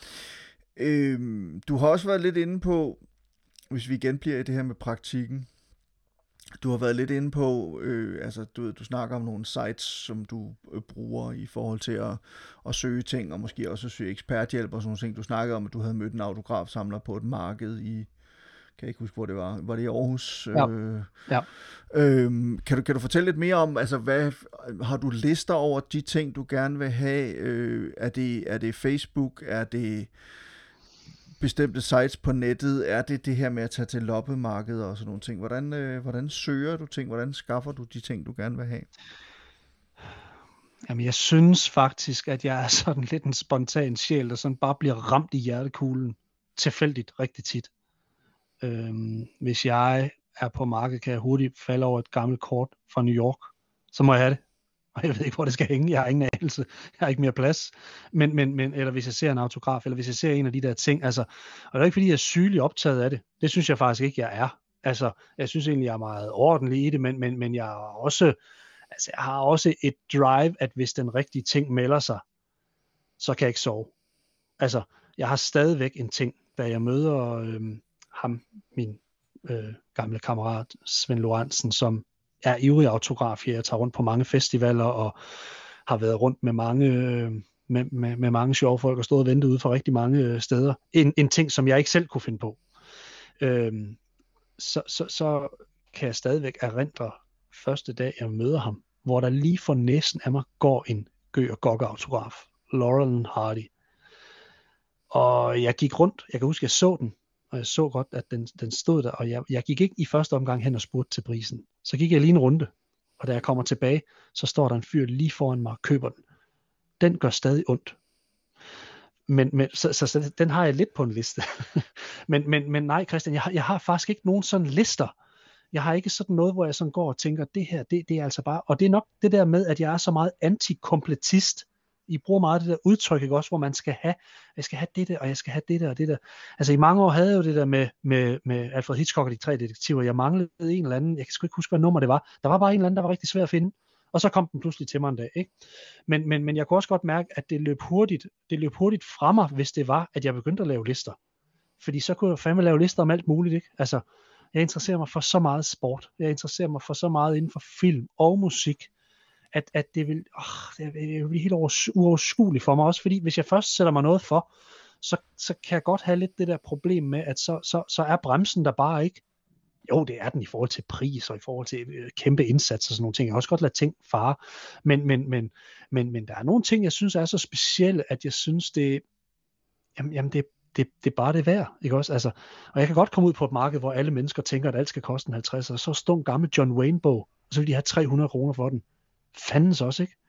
Øh, du har også været lidt inde på, hvis vi igen bliver i det her med praktikken, du har været lidt inde på, øh, altså du, du snakker om nogle sites, som du øh, bruger i forhold til at, at søge ting, og måske også at søge eksperthjælp og sådan nogle ting. Du snakkede om, at du havde mødt en autografsamler på et marked i, kan jeg ikke huske, hvor det var, var det i Aarhus? Ja. Øh, ja. Øh, kan, du, kan du fortælle lidt mere om, altså hvad, har du lister over de ting, du gerne vil have? Øh, er, det, er det Facebook? Er det bestemte sites på nettet? Er det det her med at tage til loppemarkeder og sådan nogle ting? Hvordan, øh, hvordan søger du ting? Hvordan skaffer du de ting, du gerne vil have? Jamen, jeg synes faktisk, at jeg er sådan lidt en spontan sjæl, der sådan bare bliver ramt i hjertekuglen tilfældigt rigtig tit. Øhm, hvis jeg er på markedet, kan jeg hurtigt falde over et gammelt kort fra New York, så må jeg have det. Og jeg ved ikke, hvor det skal hænge. Jeg har ingen anelse. Jeg har ikke mere plads. Men, men, men, eller hvis jeg ser en autograf, eller hvis jeg ser en af de der ting. Altså, og det er ikke, fordi jeg er sygelig optaget af det. Det synes jeg faktisk ikke, jeg er. Altså, jeg synes egentlig, jeg er meget ordentlig i det, men, men, men jeg, er også, altså, jeg har også et drive, at hvis den rigtige ting melder sig, så kan jeg ikke sove. Altså, jeg har stadigvæk en ting, da jeg møder øh, ham, min øh, gamle kammerat, Svend Lorentzen, som er ivrig autograf her. Jeg tager rundt på mange festivaler og har været rundt med mange, med, med, med mange sjove folk og stået og ventet ude for rigtig mange steder. En, en ting, som jeg ikke selv kunne finde på. Øhm, så, så, så kan jeg stadigvæk erindre første dag, jeg møder ham, hvor der lige for næsen af mig går en Gø og Gokke autograf. Laurel and Hardy. Og jeg gik rundt. Jeg kan huske, jeg så den. Og jeg så godt, at den, den stod der, og jeg, jeg gik ikke i første omgang hen og spurgte til prisen. Så gik jeg lige en runde, og da jeg kommer tilbage, så står der en fyr lige foran mig og køber den. Den gør stadig ondt. Men, men, så, så, så den har jeg lidt på en liste. men, men, men nej, Christian, jeg har, jeg har faktisk ikke nogen sådan lister. Jeg har ikke sådan noget, hvor jeg sådan går og tænker, det her, det, det er altså bare, og det er nok det der med, at jeg er så meget antikompletist. I bruger meget det der udtryk, ikke også, hvor man skal have, jeg skal have det der, og jeg skal have det der, og det der. Altså i mange år havde jeg jo det der med, med, med Alfred Hitchcock og de tre detektiver. Jeg manglede en eller anden, jeg kan sgu ikke huske, hvad nummer det var. Der var bare en eller anden, der var rigtig svær at finde. Og så kom den pludselig til mig en dag, ikke? Men, men, men jeg kunne også godt mærke, at det løb hurtigt, det løb hurtigt fra mig, hvis det var, at jeg begyndte at lave lister. Fordi så kunne jeg fandme lave lister om alt muligt, ikke? Altså, jeg interesserer mig for så meget sport. Jeg interesserer mig for så meget inden for film og musik. At, at det, vil, åh, det vil blive helt uoverskueligt for mig også, fordi hvis jeg først sætter mig noget for, så, så kan jeg godt have lidt det der problem med, at så, så, så er bremsen der bare ikke. Jo, det er den i forhold til pris og i forhold til øh, kæmpe indsats og sådan nogle ting. Jeg har også godt lade ting fare. Men, men, men, men, men der er nogle ting, jeg synes er så specielle, at jeg synes, det, jamen, jamen det, det, det er bare det værd. Ikke også? Altså, og jeg kan godt komme ud på et marked, hvor alle mennesker tænker, at alt skal koste en halvtreds, og så stå en gammel John Wayne-bog, og så vil de have tre hundrede kroner for den. Fandens også, ikke?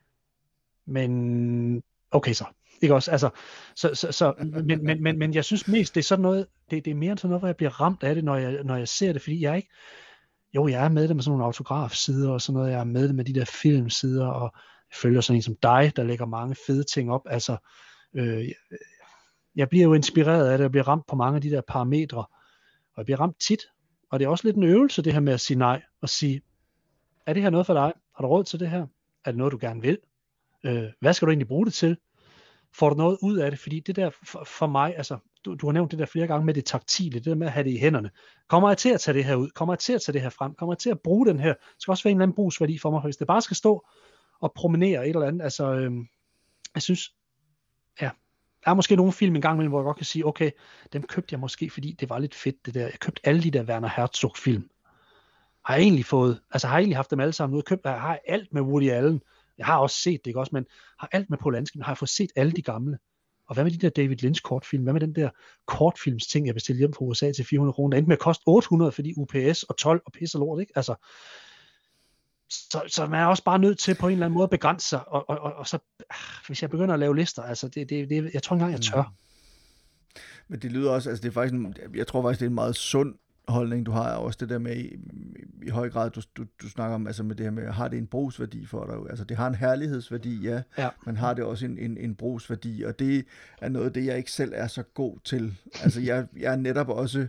Men okay så. Ikke også? Altså, så, så, så, men, men, men, men jeg synes mest, det er sådan noget, det, det er mere end sådan noget, hvor jeg bliver ramt af det, når jeg, når jeg ser det, fordi jeg ikke, jo, jeg er med det med sådan nogle autografsider og sådan noget, jeg er med det med de der filmsider, og jeg følger sådan en som dig, der lægger mange fede ting op, altså, øh, jeg bliver jo inspireret af det, jeg bliver ramt på mange af de der parametre, og jeg bliver ramt tit, og det er også lidt en øvelse, det her med at sige nej, og sige, er det her noget for dig? Har du råd til det her? Er det noget, du gerne vil? Øh, hvad skal du egentlig bruge det til? Får du noget ud af det? Fordi det der for, for mig, altså, du, du har nævnt det der flere gange med det taktile, det der med at have det i hænderne. Kommer jeg til at tage det her ud? Kommer jeg til at tage det her frem? Kommer jeg til at bruge den her? Det skal også være en eller anden brugsværdi for mig, hvis det bare skal stå og promenere et eller andet. Altså, øh, jeg synes, ja, der er måske nogle film en gang imellem, hvor jeg godt kan sige, okay, dem købte jeg måske, fordi det var lidt fedt, det der. Jeg købte alle de der Werner Herzog-film. Har jeg egentlig fået, altså har jeg egentlig haft dem alle sammen nu. Jeg købt, jeg har alt med Woody Allen. Jeg har også set det, ikke også, men har alt med Polanski, men har jeg fået set alle de gamle. Og hvad med de der David Lynch kortfilm? Hvad med den der kortfilms ting, jeg bestilte hjem fra U S A til fire hundrede kroner? Der endte med at koste otte hundrede, fordi U P S og tolv og pisse lort, ikke? Altså, så, så man er også bare nødt til på en eller anden måde at begrænse sig, og, og, og, og så, hvis jeg begynder at lave lister, altså, det, det, det, jeg tror ikke engang, jeg tør. Men det lyder også, altså det er faktisk, en, jeg tror faktisk, det er en meget sund holdning, du har også det der med i, i høj grad, du, du, du snakker om, altså med det her med, har det en brugsværdi for dig? Altså det har en herlighedsværdi, ja, ja. Men har det også en, en, en brugsværdi, og det er noget af det, jeg ikke selv er så god til. Altså jeg, jeg er netop også,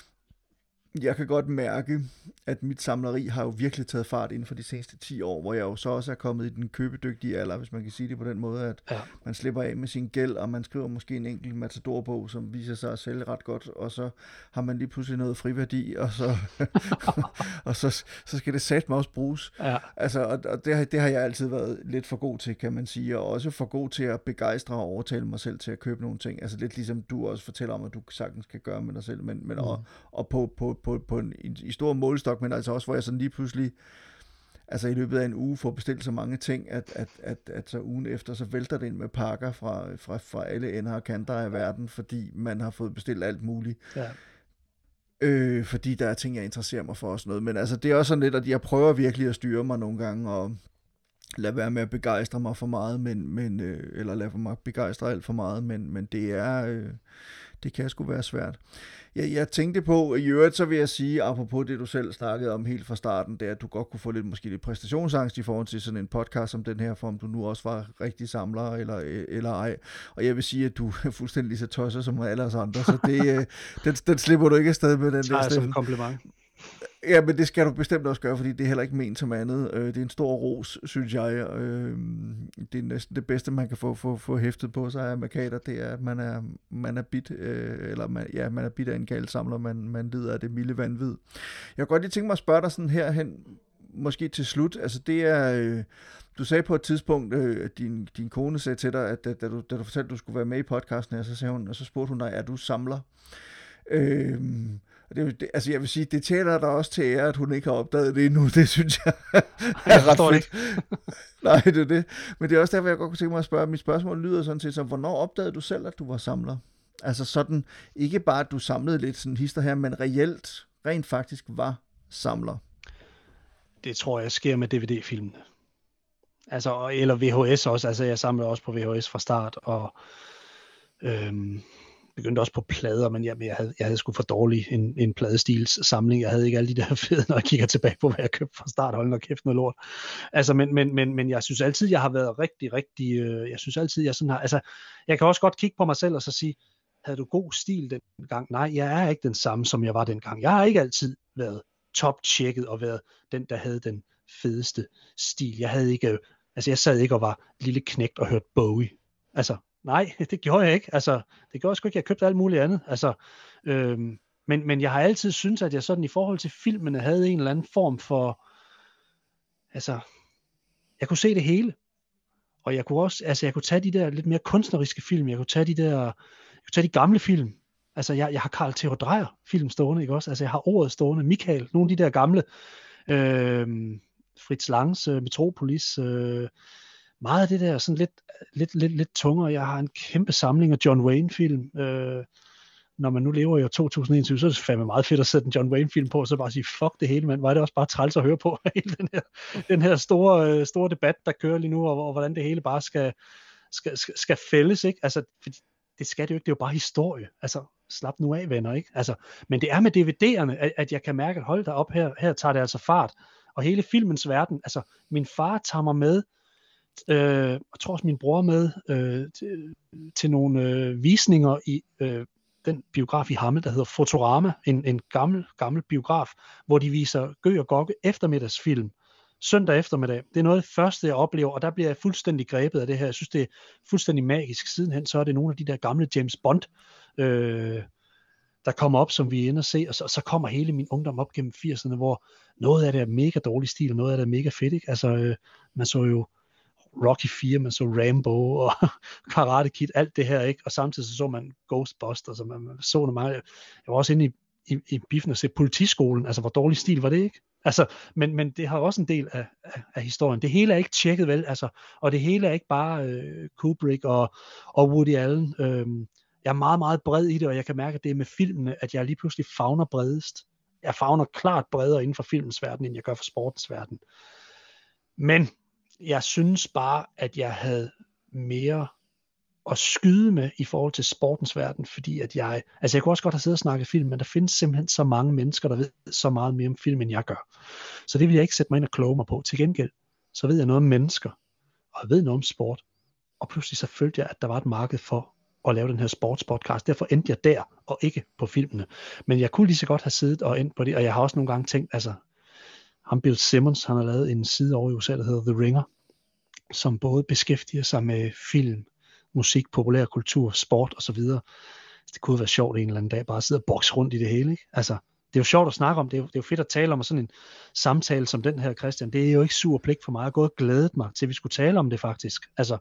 jeg kan godt mærke, at mit samleri har jo virkelig taget fart inden for de seneste ti år, hvor jeg jo så også er kommet i den købedygtige alder, hvis man kan sige det på den måde, at ja. Man slipper af med sin gæld, og man skriver måske en enkelt Matador-bog, som viser sig at sælge ret godt, og så har man lige pludselig noget friværdi, og så, og så, så skal det satme også bruges. Ja. Altså, og, og det, det har jeg altid været lidt for god til, kan man sige, og også for god til at begejstre og overtale mig selv til at købe nogle ting. Altså lidt ligesom du også fortæller om, at du sagtens kan gøre med dig selv, men, men mm. og, og på, på på, på en, i stor målestok, men altså også, hvor jeg sådan lige pludselig, altså i løbet af en uge, får bestilt så mange ting, at, at, at, at så ugen efter, så vælter det ind med pakker fra, fra, fra alle ender og kanter af verden, fordi man har fået bestilt alt muligt. Ja. Øh, fordi der er ting, jeg interesserer mig for og sådan noget. Men altså, det er også sådan lidt, at jeg prøver virkelig at styre mig nogle gange, og lade være med at begejstre mig for meget, men, men, øh, eller lade mig begejstre alt for meget, men, men det er, øh, det kan sgu være svært. Jeg, jeg tænkte på, i øvrigt så vil jeg sige, apropos det du selv snakkede om helt fra starten, det er, at du godt kunne få lidt, måske lidt præstationsangst i forhold til sådan en podcast som den her, for om du nu også var rigtig samler eller, eller ej. Og jeg vil sige, at du er fuldstændig lige så tosset som alle os andre, så det, den, den slipper du ikke afsted med, den der stemme. Som kompliment. Ja, men det skal du bestemt også gøre, fordi det er heller ikke ment som andet. Det er en stor ros, synes jeg. Det er næsten det bedste, man kan få, få, få hæftet på sig af markader, det er, at man er, man er bit, eller man, ja, man er bit af en galsamler, man, man lider af det milde vanvid. Jeg kunne godt lige tænke mig at spørge dig sådan herhen, måske til slut. Altså det er, du sagde på et tidspunkt, at din, din kone sagde til dig, at da, da, du, da du fortalte, at du skulle være med i podcasten her, så sagde hun, og så spurgte hun dig, er du samler? Øhm, Det, det, altså jeg vil sige, det tæller der også til ære, at hun ikke har opdaget det endnu. Det synes jeg er ret fedt. Nej, det er det. Men det er også derfor, jeg godt kunne tænke mig at spørge. Mit spørgsmål lyder sådan set, så hvornår opdagede du selv, at du var samler? Altså sådan, ikke bare at du samlede lidt sådan hister her, men reelt, rent faktisk var samler. Det tror jeg sker med D V D-filmene. Altså, eller V H S også. Altså jeg samler også på V H S fra start, og øhm begyndte også på plader, men jeg, jeg, havde, jeg havde sgu for dårlig en, en pladestils samling. Jeg havde ikke alle de der fede, når jeg kigger tilbage på, hvad jeg købte fra start. Hold nu kæft noget lort. Altså, men, men, men, men jeg synes altid, jeg har været rigtig, rigtig, øh, jeg synes altid, jeg sådan har, altså, jeg kan også godt kigge på mig selv og så sige, havde du god stil dengang? Nej, jeg er ikke den samme, som jeg var dengang. Jeg har ikke altid været top-tjekket og været den, der havde den fedeste stil. Jeg havde ikke, altså jeg sad ikke og var lille knægt og hørte Bowie. Altså, nej, det gjorde jeg ikke. Altså, det gjorde jeg sgu ikke. Jeg købte alt muligt andet. Altså, øhm, men, men jeg har altid syntes, at jeg sådan i forhold til filmene havde en eller anden form for, altså, jeg kunne se det hele. Og jeg kunne også, altså jeg kunne tage de der lidt mere kunstneriske film. Jeg kunne tage de der, jeg kunne tage de gamle film. Altså, jeg, jeg har Carl Theodor Dreyer film stående, ikke også? Altså, jeg har ordet stående. Michael, nogle af de der gamle. Øh, Fritz Langs øh, Metropolis. Øh, meget af det der sådan lidt, lidt, lidt, lidt tungere. Jeg har en kæmpe samling af John Wayne-film. Øh, når man nu lever i år to tusind og enogtyve, så er det fandme meget fedt at sætte en John Wayne-film på, og så bare sige, fuck det hele, mand. Var det også bare træls at høre på, hele den her, den her store, øh, store debat, der kører lige nu, og, og hvordan det hele bare skal, skal, skal, skal fælles, ikke? Altså, fordi det skal det jo ikke, det er jo bare historie. Altså, slap nu af, venner, ikke? Altså, men det er med D V D'erne, at, at jeg kan mærke, at hold da op, her, her tager det altså fart. Og hele filmens verden, altså, min far tager mig med, øh, jeg tror også min bror med, øh, til, til nogle øh, visninger i øh, den biograf i Hammel, der hedder Fotorama, en, en gammel, gammel biograf, hvor de viser Gøg og Gokke eftermiddagsfilm, søndag eftermiddag. Det er noget af det første, jeg oplever, og der bliver jeg fuldstændig grebet af det her. Jeg synes, det er fuldstændig magisk. Sidenhen, så er det nogle af de der gamle James Bond, øh, der kommer op, som vi er inde og se, og så, så kommer hele min ungdom op gennem firserne, hvor noget af det er mega dårlig stil, og noget af det er mega fedt, ikke? Altså, øh, man så jo Rocky fire, man så Rambo og Karate Kid, alt det her, ikke? Og samtidig så, så man Ghostbusters, og man, man så noget meget. Jeg var også inde i, i, i biffen og se Politiskolen, altså hvor dårlig stil var det, ikke? Altså, men, men det har også en del af, af, af historien. Det hele er ikke tjekket vel, altså, og det hele er ikke bare øh, Kubrick og, og Woody Allen. Øh, jeg er meget, meget bred i det, og jeg kan mærke, at det er med filmene, at jeg lige pludselig favner bredest. Jeg favner klart bredere inden for filmens verden, end jeg gør for sportens verden. Men jeg synes bare, at jeg havde mere at skyde med i forhold til sportens verden, fordi at jeg, altså jeg kunne også godt have siddet og snakket film, men der findes simpelthen så mange mennesker, der ved så meget mere om film, end jeg gør. Så det vil jeg ikke sætte mig ind og kloge mig på. Til gengæld, så ved jeg noget om mennesker, og jeg ved noget om sport, og pludselig så følte jeg, at der var et marked for at lave den her sportspodcast. Derfor endte jeg der, og ikke på filmene. Men jeg kunne lige så godt have siddet og endt på det, og jeg har også nogle gange tænkt, altså, ham Bill Simmons, han har lavet en side over i U S A, der hedder The Ringer, som både beskæftiger sig med film, musik, populær kultur, sport osv. Det kunne være sjovt en eller anden dag, bare at sidde og bokse rundt i det hele, ikke? Altså, det er jo sjovt at snakke om, det er jo, det er jo fedt at tale om, og sådan en samtale som den her, Christian, det er jo ikke sur pligt for mig. Jeg har gået og glædet mig til, at vi skulle tale om det faktisk. Altså,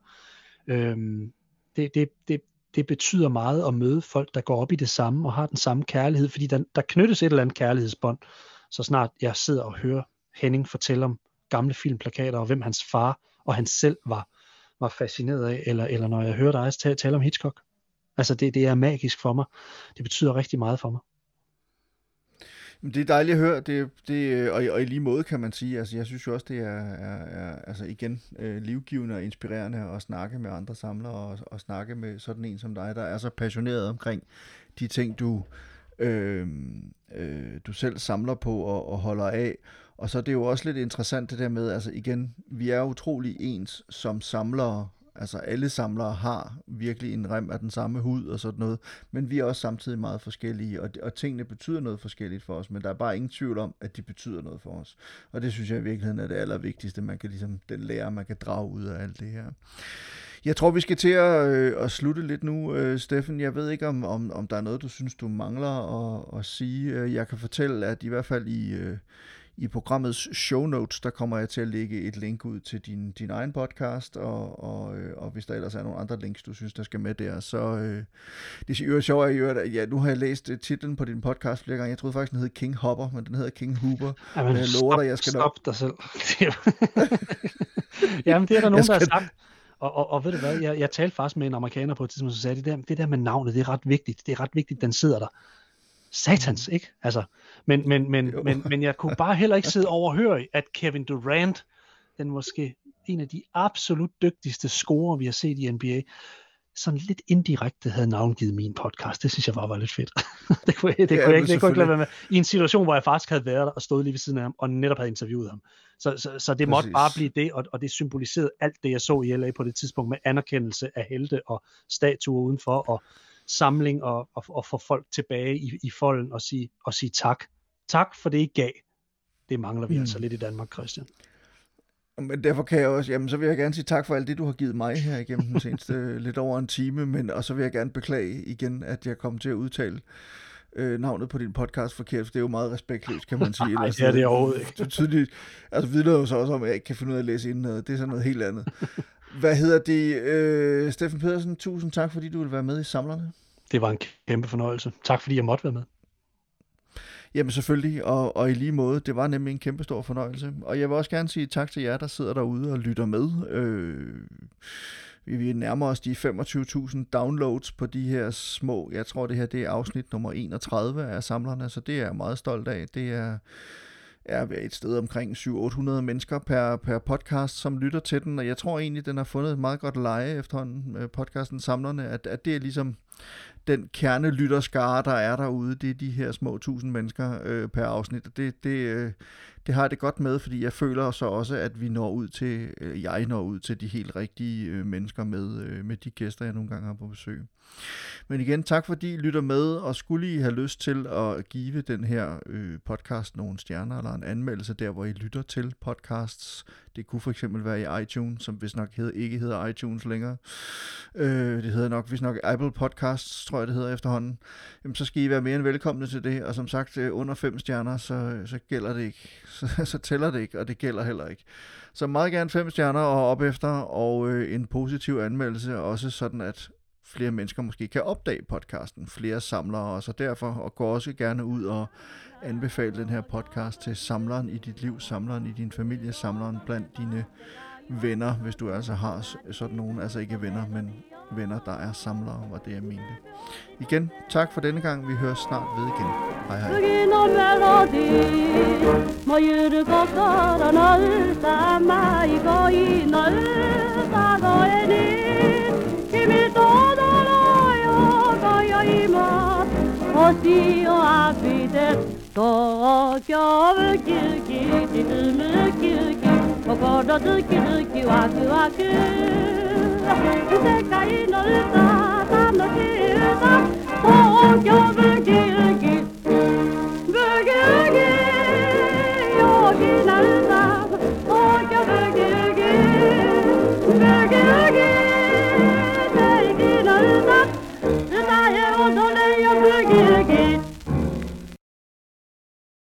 øhm, det, det, det, det betyder meget at møde folk, der går op i det samme, og har den samme kærlighed, fordi der, der knyttes et eller andet kærlighedsbånd, så snart jeg sidder og hører Henning fortælle om gamle filmplakater, og hvem hans far og han selv var, var fascineret af, eller, eller når jeg hører dig tale, tale om Hitchcock. Altså det, det er magisk for mig. Det betyder rigtig meget for mig. Det er dejligt at høre, det, det, og, og i lige måde kan man sige, altså jeg synes jo også, det er, er, er altså igen øh, livgivende og inspirerende at snakke med andre samlere, og, og snakke med sådan en som dig, der er så passioneret omkring de ting, du, øh, øh, du selv samler på og, og holder af. Og så er det jo også lidt interessant det der med, altså igen, vi er utrolig ens som samlere. Altså alle samlere har virkelig en rem af den samme hud og sådan noget, men vi er også samtidig meget forskellige, og, og tingene betyder noget forskelligt for os, men der er bare ingen tvivl om, at de betyder noget for os. Og det synes jeg i virkeligheden er det allervigtigste, man kan ligesom, den lære, man kan drage ud af alt det her. Jeg tror, vi skal til at, øh, at slutte lidt nu, øh, Steffen. Jeg ved ikke, om, om, om der er noget, du synes, du mangler at, at sige. Jeg kan fortælle, at i hvert fald i... Øh, I programmets show notes, der kommer jeg til at lægge et link ud til din, din egen podcast, og, og, og hvis der ellers er nogle andre links, du synes, der skal med der, så øh, det er jo sjovt, at ja, nu har jeg læst titlen på din podcast flere gange. Jeg troede faktisk, den hed King Hopper, men den hedder King Hooper. Jamen, jeg lover lover dig, dig, jeg skal stop nok... dig selv. Jamen, det er der nogen, skal... der har sagt. Og, og, og ved du hvad, jeg, jeg talte faktisk med en amerikaner på et tidspunkt, som sagde, det der, det der med navnet, det er ret vigtigt. Det er ret vigtigt, den sidder der. Satans, ikke? Altså, men, men, men, men, men jeg kunne bare heller ikke sidde overhøre, at Kevin Durant, den måske en af de absolut dygtigste scorer, vi har set i N B A, sådan lidt indirekte havde navngivet min podcast. Det synes jeg bare var lidt fedt. det kunne, det, det ja, kunne jeg ikke, det kunne ikke lade være med. I en situation, hvor jeg faktisk havde været der og stået lige ved siden af ham, og netop havde interviewet ham. Så, så, så det måtte Præcis. bare blive det, og, og det symboliserede alt det, jeg så i L A på det tidspunkt, med anerkendelse af helte og statuer udenfor, og samling og, og, og få folk tilbage i, i folden og sige, og sige tak. Tak for det, I gav. Det mangler vi mm. altså lidt i Danmark, Christian. Men derfor kan jeg også, jamen så vil jeg gerne sige tak for alt det, du har givet mig her igennem den seneste lidt over en time, men og så vil jeg gerne beklage igen, at jeg kom til at udtale øh, navnet på din podcast forkert, for det er jo meget respektløst, kan man sige. Nej, det er det overhovedet ikke. Du tydeligt, altså vidner jo så også om, at jeg ikke kan finde ud af at læse indenad. Det er sådan noget helt andet. Hvad hedder det? Øh, Steffen Pedersen, tusind tak, fordi du vil være med i Samlerne. det var en kæmpe fornøjelse. Tak fordi jeg måtte være med. Jamen selvfølgelig, og, og i lige måde, det var nemlig en kæmpe stor fornøjelse. Og jeg vil også gerne sige tak til jer, der sidder derude og lytter med. Øh, vi nærmer os de femogtyve tusind downloads på de her små, jeg tror det her det er afsnit nummer enogtredive af Samlerne, så det er jeg meget stolt af. Det er, er et sted omkring syv hundrede til otte hundrede mennesker per, per podcast, som lytter til den, og jeg tror egentlig, den har fundet et meget godt leje efterhånden, podcasten Samlerne, at, at det er ligesom den kernelytterskare, der er derude, det er de her små tusind mennesker øh, per afsnit, og det, det, øh, det har jeg det godt med, fordi jeg føler så også, at vi når ud til, øh, jeg når ud til de helt rigtige øh, mennesker med, øh, med de gæster, jeg nogle gange har på besøg. Men igen, tak fordi I lytter med, og skulle I have lyst til at give den her øh, podcast nogle stjerner, eller en anmeldelse der, hvor I lytter til podcasts, det kunne for eksempel være i iTunes, som vist nok hedder, ikke hedder iTunes længere, øh, det hedder nok vist nok Apple Podcasts, tror jeg det hedder efterhånden, jamen, så skal I være mere end velkomne til det, og som sagt, under fem stjerner, så, så gælder det ikke, så, så tæller det ikke, og det gælder heller ikke. Så meget gerne fem stjerner og op efter, og øh, en positiv anmeldelse, også sådan at flere mennesker måske kan opdage podcasten, flere samlere også, og derfor og gå også gerne ud og anbefale den her podcast til samleren i dit liv, samleren i din familie, samleren blandt dine venner, hvis du altså har sådan nogen, altså ikke venner, men venner, der er samlere, var det jeg mente. Igen, tak for denne gang, vi høres snart ved igen. Hej hej. 星を浴びて東京ウキウキ沈むウキウキ心ズキズキワクワク世界の歌楽しい歌東京ウキウキブギウギ陽気な歌